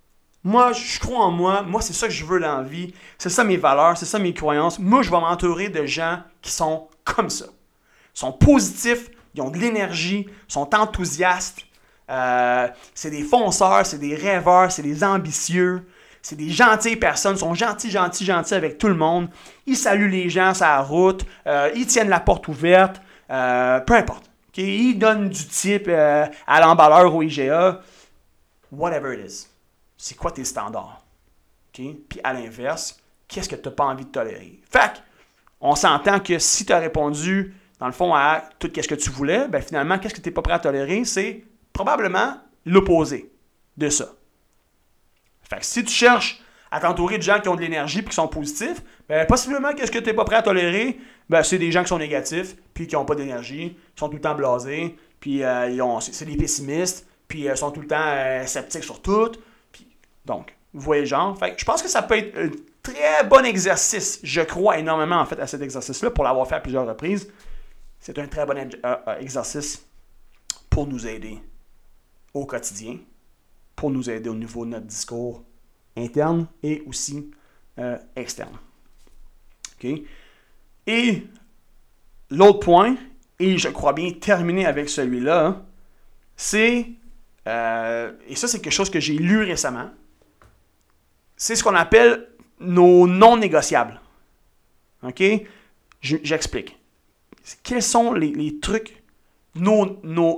Moi, je crois en moi. Moi, c'est ça que je veux dans la vie. C'est ça mes valeurs, c'est ça mes croyances. Moi, je vais m'entourer de gens qui sont comme ça. Ils sont positifs, ils ont de l'énergie, sont enthousiastes. C'est des fonceurs, c'est des rêveurs, c'est des ambitieux. C'est des gentilles personnes, ils sont gentils avec tout le monde. Ils saluent les gens sur la route, ils tiennent la porte ouverte, peu importe. Okay? Ils donnent du type à l'emballeur au IGA. Whatever it is. C'est quoi tes standards? Okay? Puis à l'inverse, qu'est-ce que tu n'as pas envie de tolérer? Fait on s'entend que si tu as répondu, dans le fond, à tout ce que tu voulais, ben finalement, qu'est-ce que tu n'es pas prêt à tolérer? C'est probablement l'opposé de ça. Fait que si tu cherches à t'entourer de gens qui ont de l'énergie et qui sont positifs, ben possiblement qu'est-ce que tu n'es pas prêt à tolérer? Ben c'est des gens qui sont négatifs, puis qui n'ont pas d'énergie, qui sont tout le temps blasés, puis c'est des pessimistes, puis sont tout le temps sceptiques sur tout. Puis, donc, vous voyez le genre. Fait que je pense que ça peut être un très bon exercice. Je crois énormément en fait à cet exercice-là pour l'avoir fait à plusieurs reprises. C'est un très bon exercice pour nous aider au quotidien, pour nous aider au niveau de notre discours interne et aussi externe. Okay? Et l'autre point, et je crois bien terminer avec celui-là, hein, c'est, et ça c'est quelque chose que j'ai lu récemment, c'est ce qu'on appelle nos non négociables. OK? J'explique. Quels sont les trucs nos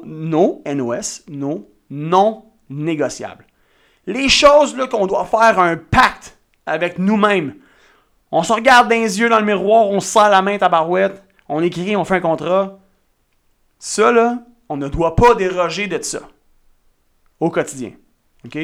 non négociables? Les choses là, qu'on doit faire un pacte avec nous-mêmes. On se regarde dans les yeux dans le miroir, on se serre la main tabarouette, on écrit, on fait un contrat. Ça, là, on ne doit pas déroger de ça au quotidien. OK?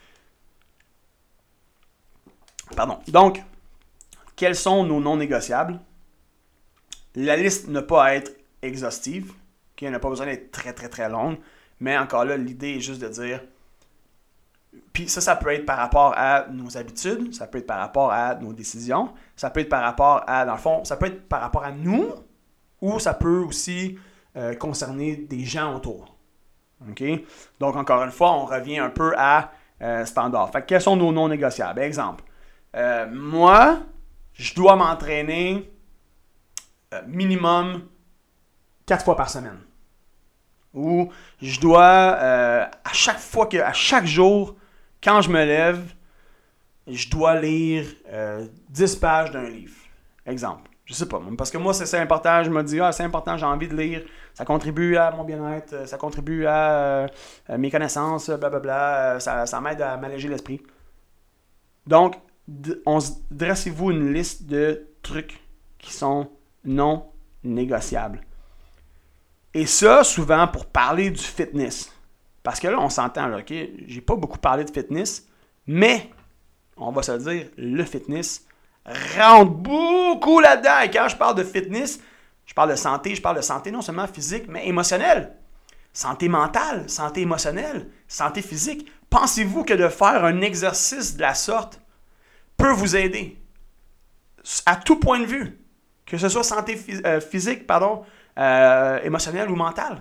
Pardon. Donc, quels sont nos non négociables? La liste ne peut pas être exhaustive. Okay? Elle n'a pas besoin d'être très, très, très longue. Mais encore là, l'idée est juste de dire... Puis ça peut être par rapport à nos habitudes, ça peut être par rapport à nos décisions, ça peut être par rapport à, dans le fond, ça peut être par rapport à nous, ou ça peut aussi concerner des gens autour. Okay? Donc, encore une fois, on revient un peu à standard. Fait que quels sont nos non négociables? Exemple, moi, je dois m'entraîner minimum 4 fois par semaine. Ou je dois, à chaque jour, quand je me lève, je dois lire 10 pages d'un livre. Exemple. Je sais pas, parce que moi, c'est important. Je me dis, c'est important, j'ai envie de lire. Ça contribue à mon bien-être, ça contribue à mes connaissances, blablabla. Ça m'aide à m'alléger l'esprit. Donc, dressez-vous une liste de trucs qui sont non négociables. Et ça, souvent, pour parler du fitness. Parce que là, on s'entend, là, OK? J'ai pas beaucoup parlé de fitness, mais, on va se le dire, le fitness rentre beaucoup là-dedans. Et quand je parle de fitness, je parle de santé non seulement physique, mais émotionnelle. Santé mentale, santé émotionnelle, santé physique. Pensez-vous que de faire un exercice de la sorte peut vous aider? À tout point de vue. Que ce soit santé physique, émotionnelle ou mentale.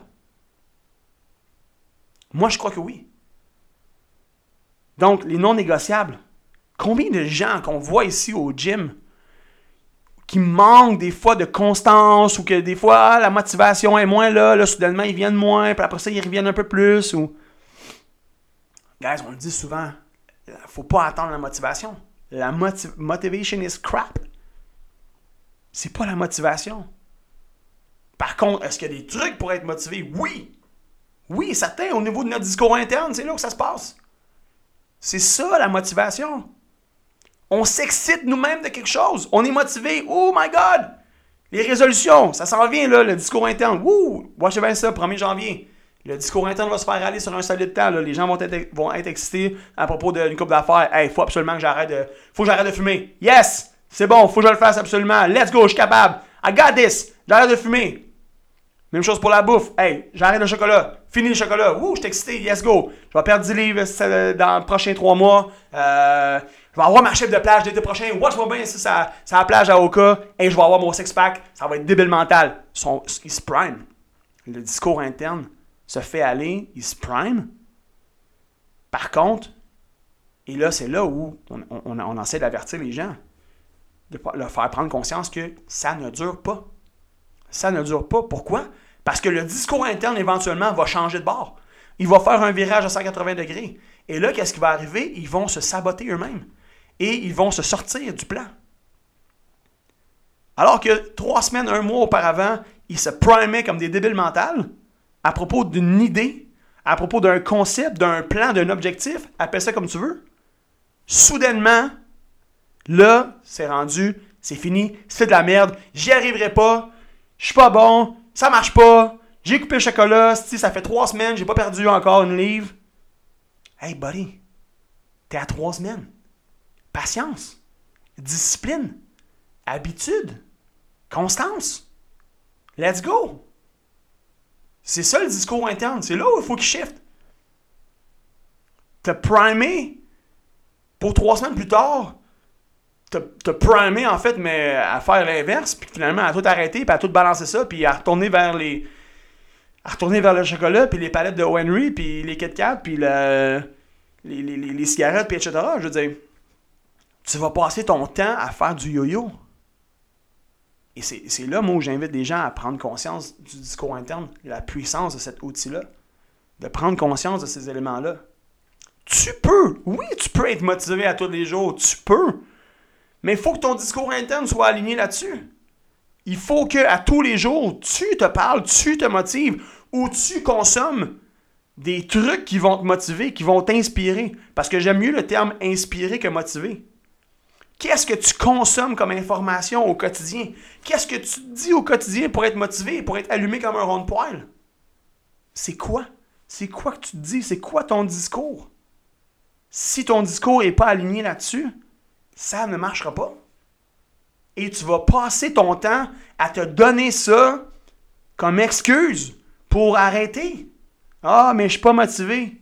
Moi, je crois que oui. Donc, les non négociables. Combien de gens qu'on voit ici au gym qui manquent des fois de constance ou que des fois la motivation est moins là, soudainement ils viennent moins, puis après ça ils reviennent un peu plus. Ou... Guys, on le dit souvent, faut pas attendre la motivation. La motivation is crap. C'est pas la motivation. Par contre, est-ce qu'il y a des trucs pour être motivé? Oui! Oui, certain, au niveau de notre discours interne, c'est là que ça se passe. C'est ça, la motivation. On s'excite nous-mêmes de quelque chose. On est motivé. Oh my God! Les résolutions, ça s'en vient, là, le discours interne. Wouh! Watchez bien ça, 1er janvier. Le discours interne va se faire aller sur un solide temps. Là. Les gens vont être excités à propos d'une couple d'affaires. Hey, faut absolument que j'arrête de fumer. Yes! C'est bon, faut que je le fasse absolument. Let's go, je suis capable. I got this. J'arrête de fumer. Même chose pour la bouffe. Hey, j'arrête le chocolat. Fini le chocolat. Ouh, je suis excité. Let's go. Je vais perdre 10 livres dans les prochains 3 mois. Je vais avoir ma chef de plage l'été prochain. Watch-moi bien ici, c'est la plage à Oka. Et je vais avoir mon six-pack. Ça va être débile mental. Il se prime. Le discours interne se fait aller. Il se prime. Par contre, Et là, c'est là où on essaie d'avertir les gens, de leur faire prendre conscience que ça ne dure pas. Ça ne dure pas. Pourquoi? Parce que le discours interne, éventuellement, va changer de bord. Il va faire un virage à 180 degrés. Et là, qu'est-ce qui va arriver? Ils vont se saboter eux-mêmes. Et ils vont se sortir du plan. Alors que 3 semaines, 1 mois auparavant, ils se primaient comme des débiles mentales à propos d'une idée, à propos d'un concept, d'un plan, d'un objectif, appelle ça comme tu veux. Soudainement, là, c'est rendu, c'est fini, c'est de la merde, j'y arriverai pas, je suis pas bon, ça marche pas, j'ai coupé le chocolat, ça fait 3 semaines, j'ai pas perdu encore une livre. Hey buddy, t'es à 3 semaines. Patience, discipline, habitude, constance. Let's go. C'est ça le discours interne, c'est là où il faut qu'il shift. Te primer pour 3 semaines plus tard, te primer en fait, mais à faire l'inverse, puis finalement à tout arrêter, puis à tout balancer ça, puis à retourner vers le chocolat, puis les palettes de Henry, puis les Kit Kat, puis les cigarettes, puis etc. Je veux dire, tu vas passer ton temps à faire du yo-yo. Et c'est là, moi, où j'invite des gens à prendre conscience du discours interne, la puissance de cet outil-là, de prendre conscience de ces éléments-là. Tu peux être motivé à tous les jours, tu peux. Mais il faut que ton discours interne soit aligné là-dessus. Il faut qu'à tous les jours, tu te parles, tu te motives, ou tu consommes des trucs qui vont te motiver, qui vont t'inspirer. Parce que j'aime mieux le terme inspirer que motiver. Qu'est-ce que tu consommes comme information au quotidien? Qu'est-ce que tu dis au quotidien pour être motivé, pour être allumé comme un rond de poêle? C'est quoi? C'est quoi que tu te dis? C'est quoi ton discours? Si ton discours n'est pas aligné là-dessus, ça ne marchera pas. Et tu vas passer ton temps à te donner ça comme excuse pour arrêter. Ah, mais je ne suis pas motivé.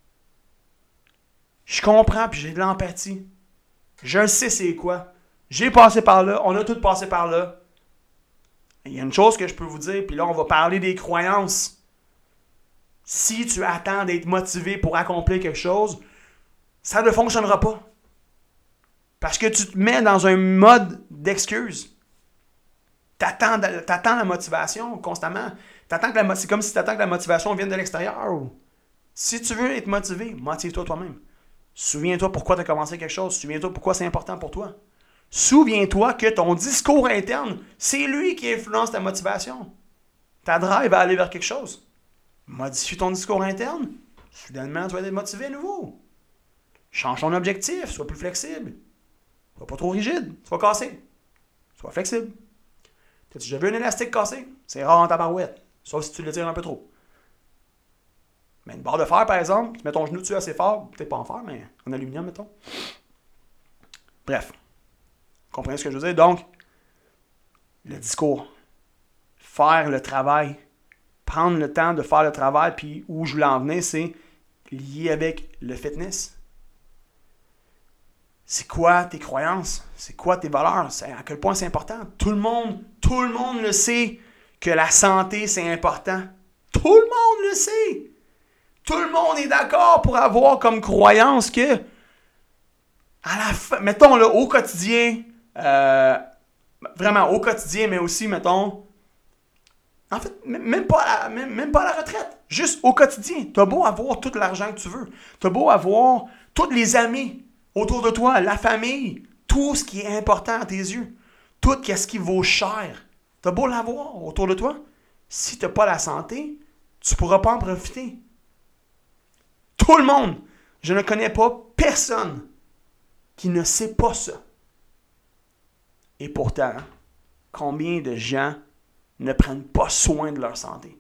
Je comprends, puis j'ai de l'empathie. Je sais c'est quoi. J'ai passé par là, on a tous passé par là. Il y a une chose que je peux vous dire, puis là, on va parler des croyances. Si tu attends d'être motivé pour accomplir quelque chose, ça ne fonctionnera pas. Parce que tu te mets dans un mode d'excuse. T'attends la motivation constamment. C'est comme si tu attends que la motivation vienne de l'extérieur. Si tu veux être motivé, motive-toi toi-même. Souviens-toi pourquoi tu as commencé quelque chose. Souviens-toi pourquoi c'est important pour toi. Souviens-toi que ton discours interne, c'est lui qui influence ta motivation. Ta drive va aller vers quelque chose. Modifie ton discours interne, soudainement tu vas être motivé à nouveau. Change ton objectif, sois plus flexible. Sois pas trop rigide, sois cassé. Sois flexible. T'as-tu déjà vu un élastique cassé? C'est rare en tabarouette, sauf si tu le tires un peu trop. Mais une barre de fer, par exemple, tu mets ton genou dessus assez fort, peut-être pas en fer, mais en aluminium, mettons. Bref. Vous comprenez ce que je veux dire? Donc, le discours. Faire le travail. Prendre le temps de faire le travail, puis où je voulais en venir, c'est lié avec le fitness. C'est quoi tes croyances? C'est quoi tes valeurs? À quel point c'est important? Tout le monde le sait que la santé, c'est important. Tout le monde le sait. Tout le monde est d'accord pour avoir comme croyance que, à la fin, mettons là, au quotidien, vraiment au quotidien, mais aussi, mettons, en fait, même pas à la retraite, juste au quotidien. T'as beau avoir tout l'argent que tu veux, t'as beau avoir tous les amis autour de toi, la famille, tout ce qui est important à tes yeux, tout ce qui vaut cher, t'as beau l'avoir autour de toi, si t'as pas la santé, tu pourras pas en profiter. Tout le monde. Je ne connais pas personne qui ne sait pas ça. Et pourtant, combien de gens ne prennent pas soin de leur santé?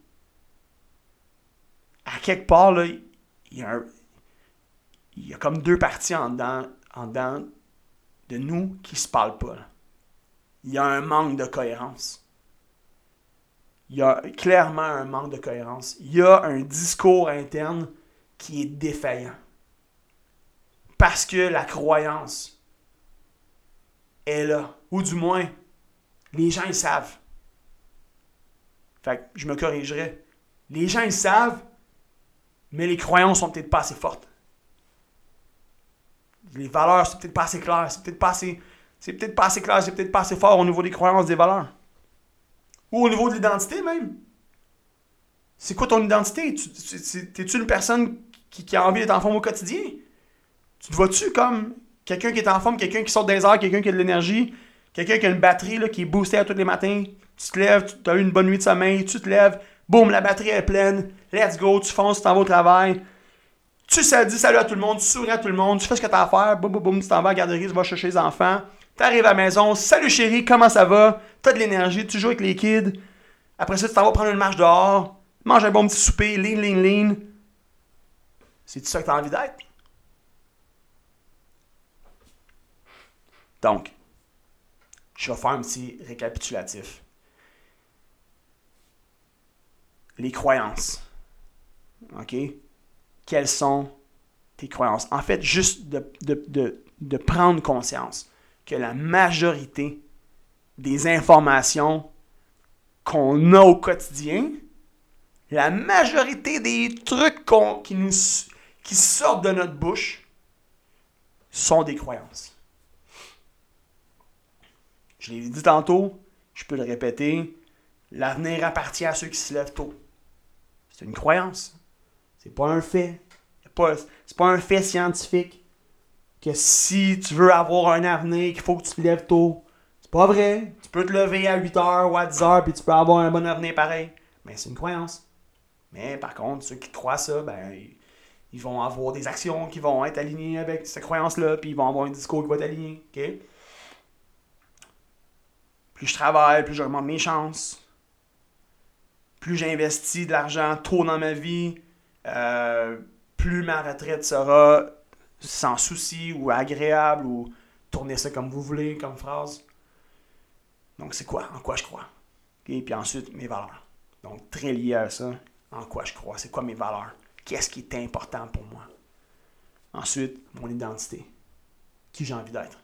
À quelque part, là, il y a comme 2 parties en dedans de nous qui ne se parlent pas. Là. Il y a un manque de cohérence. Il y a clairement un manque de cohérence. Il y a un discours interne qui est défaillant. Parce que la croyance est là. Ou du moins, les gens, ils savent. Fait que je me corrigerai. Les gens, ils savent, mais les croyances sont peut-être pas assez fortes. Les valeurs, c'est peut-être pas assez clair, c'est peut-être pas assez clair, c'est peut-être pas assez fort au niveau des croyances, des valeurs. Ou au niveau de l'identité même. C'est quoi ton identité? T'es-tu une personne qui a envie d'être en forme au quotidien? Tu te vois-tu comme quelqu'un qui est en forme, quelqu'un qui saute des airs, quelqu'un qui a de l'énergie, quelqu'un qui a une batterie là, qui est boostée à tous les matins? Tu te lèves, tu as eu une bonne nuit de sommeil, tu te lèves, boum, la batterie est pleine, let's go, tu fonces, tu t'en vas au travail. Tu dis salut à tout le monde, tu souris à tout le monde, tu fais ce que tu as à faire, boum, boum, boum, tu t'en vas à la garderie, tu vas chercher les enfants, tu arrives à la maison, salut chérie, comment ça va? Tu as de l'énergie, tu joues avec les kids. Après ça, tu t'en vas prendre une marche dehors, mange un bon petit souper, lean. C'est-tu ça que tu as envie d'être? Donc, je vais faire un petit récapitulatif. Les croyances. OK? Quelles sont tes croyances? En fait, juste de prendre conscience que la majorité des informations qu'on a au quotidien, la majorité des trucs qui sortent de notre bouche sont des croyances. Je l'ai dit tantôt, je peux le répéter, l'avenir appartient à ceux qui se lèvent tôt. C'est une croyance. C'est pas un fait. C'est pas un fait scientifique que si tu veux avoir un avenir, qu'il faut que tu te lèves tôt. C'est pas vrai. Tu peux te lever à 8h ou à 10h puis tu peux avoir un bon avenir pareil. Mais c'est une croyance. Mais par contre, ceux qui croient ça, ils vont avoir des actions qui vont être alignées avec cette croyance-là, puis ils vont avoir un discours qui va être aligné. Okay? Plus je travaille, plus j'augmente mes chances. Plus j'investis de l'argent tôt dans ma vie, plus ma retraite sera sans souci ou agréable, ou tournez ça comme vous voulez, comme phrase. Donc c'est quoi? En quoi je crois? Okay? Puis ensuite, mes valeurs. Donc très lié à ça, en quoi je crois? C'est quoi mes valeurs? Qu'est-ce qui est important pour moi? Ensuite, mon identité. Qui j'ai envie d'être?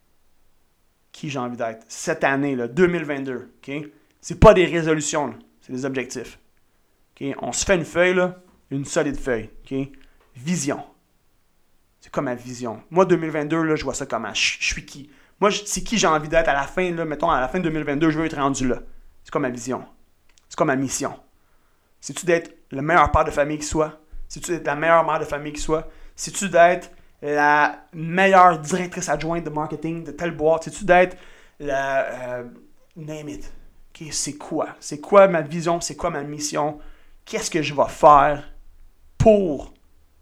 Qui j'ai envie d'être? Cette année, là, 2022, okay? C'est pas des résolutions, là. C'est des objectifs. Okay? On se fait une feuille, là, une solide feuille. Okay? Vision. C'est comme ma vision. Moi, 2022, là, je vois ça comme je suis qui? Moi, c'est qui j'ai envie d'être à la fin, là, mettons, à la fin de 2022, je veux être rendu là. C'est comme ma vision. C'est comme ma mission. C'est-tu d'être le meilleur père de famille qui soit? C'est-tu d'être la meilleure mère de famille qui soit? C'est-tu d'être la meilleure directrice adjointe de marketing de telle boîte? C'est-tu d'être la... name it. Okay, c'est quoi? C'est quoi ma vision? C'est quoi ma mission? Qu'est-ce que je vais faire pour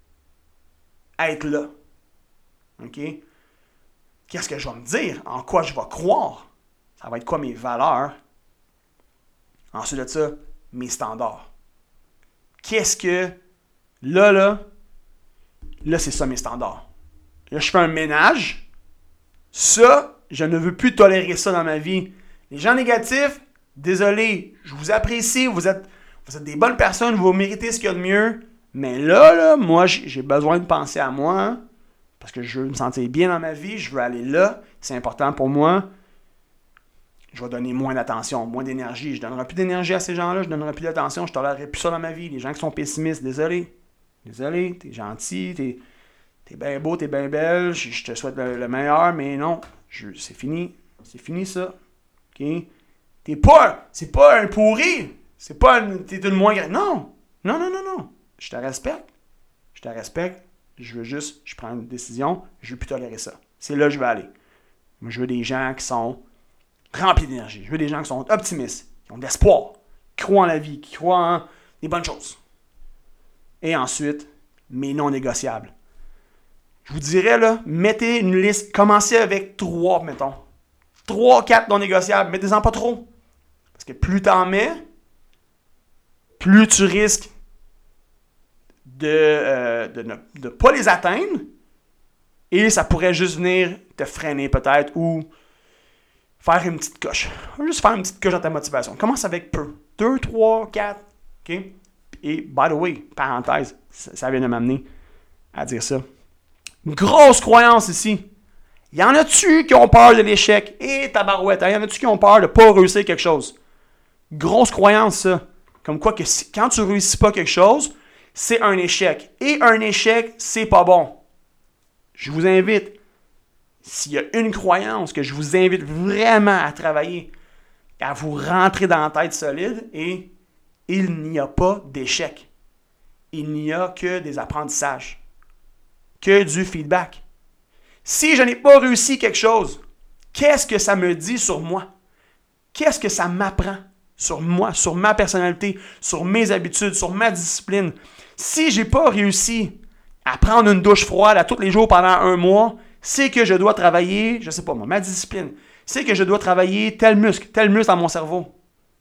être là? OK? Qu'est-ce que je vais me dire? En quoi je vais croire? Ça va être quoi mes valeurs? Ensuite de ça, mes standards. Qu'est-ce que... Là, c'est ça mes standards. Là, je fais un ménage. Ça, je ne veux plus tolérer ça dans ma vie. Les gens négatifs, désolé, je vous apprécie, vous êtes des bonnes personnes, vous méritez ce qu'il y a de mieux. Mais là, moi, j'ai besoin de penser à moi, parce que je veux me sentir bien dans ma vie, je veux aller là, c'est important pour moi. Je vais donner moins d'attention, moins d'énergie. Je ne donnerai plus d'énergie à ces gens-là, je ne donnerai plus d'attention, je ne tolérerai plus ça dans ma vie. Les gens qui sont pessimistes, désolé, t'es gentil, t'es bien beau, t'es bien belle, je te souhaite le meilleur, mais non, c'est fini ça. OK? C'est pas un pourri, t'es une moins grande. Non. Je te respecte, je prends une décision, je veux plus tolérer ça. C'est là que je veux aller. Moi, je veux des gens qui sont remplis d'énergie. Je veux des gens qui sont optimistes, qui ont de l'espoir, qui croient en la vie, qui croient en des bonnes choses. Et ensuite, mes non négociables. Je vous dirais, là, mettez une liste, commencez avec 3, mettons. 3, 4 non négociables, mettez-en pas trop. Parce que plus t'en mets, plus tu risques de ne pas les atteindre, et ça pourrait juste venir te freiner peut-être, ou faire une petite coche. Juste faire une petite coche dans ta motivation. Commence avec peu. 2, 3, 4. OK? Et, by the way, parenthèse, ça vient de m'amener à dire ça. Une grosse croyance ici. Y en a-tu qui ont peur de l'échec? Et tabarouette, y en a-tu qui ont peur de ne pas réussir quelque chose? Grosse croyance, ça. Comme quoi que quand tu ne réussis pas quelque chose, c'est un échec. Et un échec, c'est pas bon. Je vous invite s'il y a une croyance que je vous invite vraiment à travailler, à vous rentrer dans la tête solide, et il n'y a pas d'échec. Il n'y a que des apprentissages, que du feedback. Si je n'ai pas réussi quelque chose, qu'est-ce que ça me dit sur moi? Qu'est-ce que ça m'apprend sur moi, sur ma personnalité, sur mes habitudes, sur ma discipline? Si je n'ai pas réussi à prendre une douche froide à tous les jours pendant un mois, c'est que je dois travailler, je ne sais pas moi, ma discipline. C'est que je dois travailler tel muscle dans mon cerveau.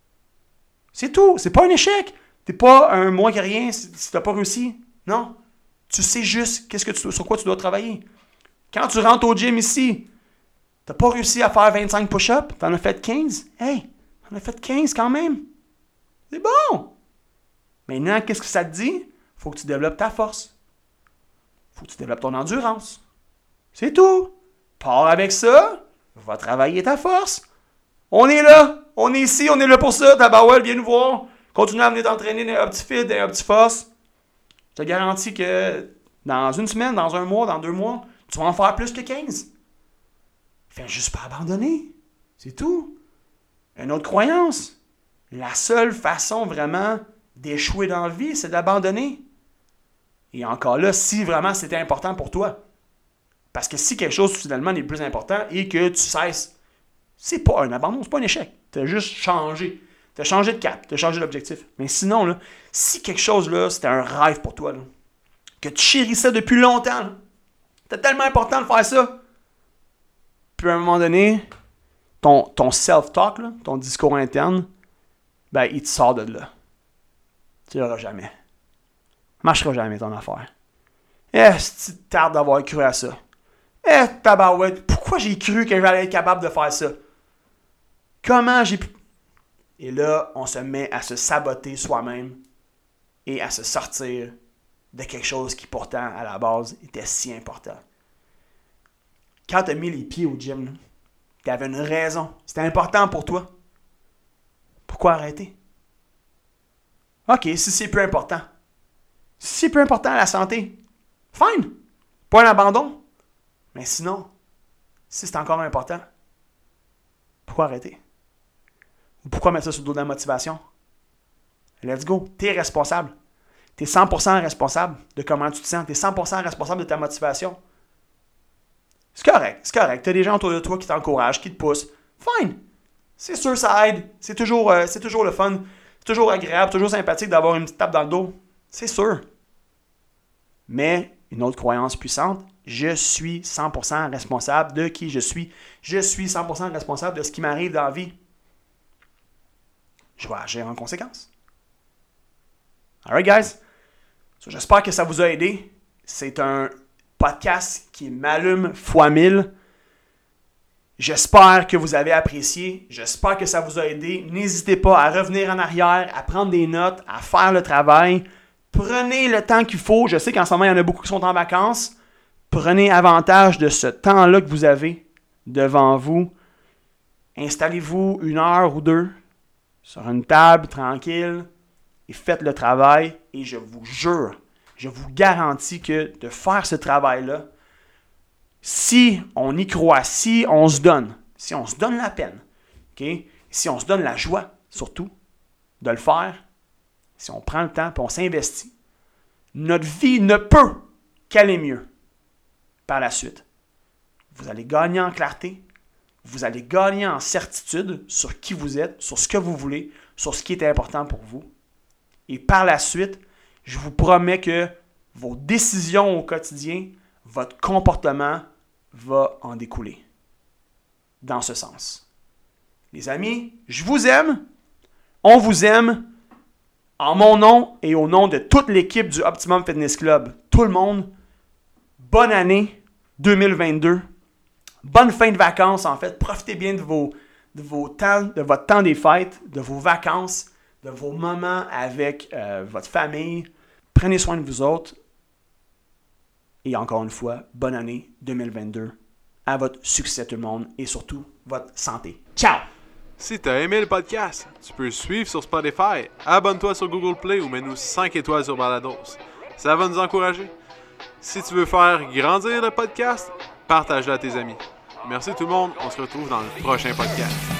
C'est tout. C'est pas un échec. T'es pas un moins que rien si tu n'as pas réussi. Non. Tu sais juste sur quoi tu dois travailler. Quand tu rentres au gym ici, tu n'as pas réussi à faire 25 push-ups, tu en as fait 15. Hey, tu en as fait 15 quand même. C'est bon. Maintenant, qu'est-ce que ça te dit? Il faut que tu développes ta force. Il faut que tu développes ton endurance. C'est tout. Pars avec ça. Va travailler ta force. On est là. On est ici. On est là pour ça. Tabarouette, viens nous voir. Continue à venir t'entraîner dans un petit fit, dans un petit force. Je te garantis que dans une semaine, dans un mois, dans 2 mois, tu vas en faire plus que 15. Fais juste pas abandonner. C'est tout. Une autre croyance. La seule façon vraiment d'échouer dans la vie, c'est d'abandonner. Et encore là, si vraiment c'était important pour toi. Parce que si quelque chose finalement n'est plus important et que tu cesses, c'est pas un abandon, c'est pas un échec. Tu as juste changé. Tu as changé de cap, tu as changé d'objectif. Mais sinon, là, si quelque chose là, c'était un rêve pour toi, là, que tu chérissais depuis longtemps, c'était tellement important de faire ça. Puis à un moment donné, ton self-talk, là, ton discours interne, ben, il te sort de là. Tu l'auras jamais. Ça marchera jamais ton affaire. Si tu tardes d'avoir cru à ça. Tabarouette, pourquoi j'ai cru que j'allais être capable de faire ça? Comment j'ai pu... Et là, on se met à se saboter soi-même et à se sortir de quelque chose qui pourtant, à la base, était si important. Quand tu as mis les pieds au gym, tu avais une raison. C'était important pour toi. Pourquoi arrêter? OK, si c'est plus important. Si c'est plus important à la santé, fine. Pas un abandon. Mais sinon, si c'est encore important, pourquoi arrêter? Ou pourquoi mettre ça sur le dos de la motivation? Let's go. T'es responsable. T'es 100% responsable de comment tu te sens. T'es 100% responsable de ta motivation. C'est correct. T'as des gens autour de toi qui t'encouragent, qui te poussent. Fine. C'est sûr, ça aide. C'est toujours le fun. C'est toujours agréable, toujours sympathique d'avoir une petite tape dans le dos. C'est sûr. Mais une autre croyance puissante, je suis 100% responsable de qui je suis. Je suis 100% responsable de ce qui m'arrive dans la vie. Je vais agir en conséquence. Alright, guys? So, j'espère que ça vous a aidé. C'est un podcast qui m'allume fois 1000. J'espère que vous avez apprécié. J'espère que ça vous a aidé. N'hésitez pas à revenir en arrière, à prendre des notes, à faire le travail. Prenez le temps qu'il faut. Je sais qu'en ce moment, il y en a beaucoup qui sont en vacances. Prenez avantage de ce temps-là que vous avez devant vous. Installez-vous 1 heure ou 2 sur une table tranquille et faites le travail. Et je vous jure, je vous garantis que de faire ce travail-là, si on y croit, si on se donne la peine, okay? Si on se donne la joie, surtout, de le faire, si on prend le temps et on s'investit, notre vie ne peut qu'aller mieux par la suite. Vous allez gagner en clarté, vous allez gagner en certitude sur qui vous êtes, sur ce que vous voulez, sur ce qui est important pour vous. Et par la suite, je vous promets que vos décisions au quotidien, votre comportement va en découler. Dans ce sens. Les amis, je vous aime. On vous aime. En mon nom et au nom de toute l'équipe du Optimum Fitness Club, tout le monde, bonne année 2022. Bonne fin de vacances, en fait. Profitez bien de votre temps des fêtes, de vos vacances, de vos moments avec votre famille. Prenez soin de vous autres. Et encore une fois, bonne année 2022. À votre succès tout le monde et surtout votre santé. Ciao! Si t'as aimé le podcast, tu peux suivre sur Spotify, abonne-toi sur Google Play ou mets-nous 5 étoiles sur Balados. Ça va nous encourager. Si tu veux faire grandir le podcast, partage-le à tes amis. Merci tout le monde. On se retrouve dans le prochain podcast.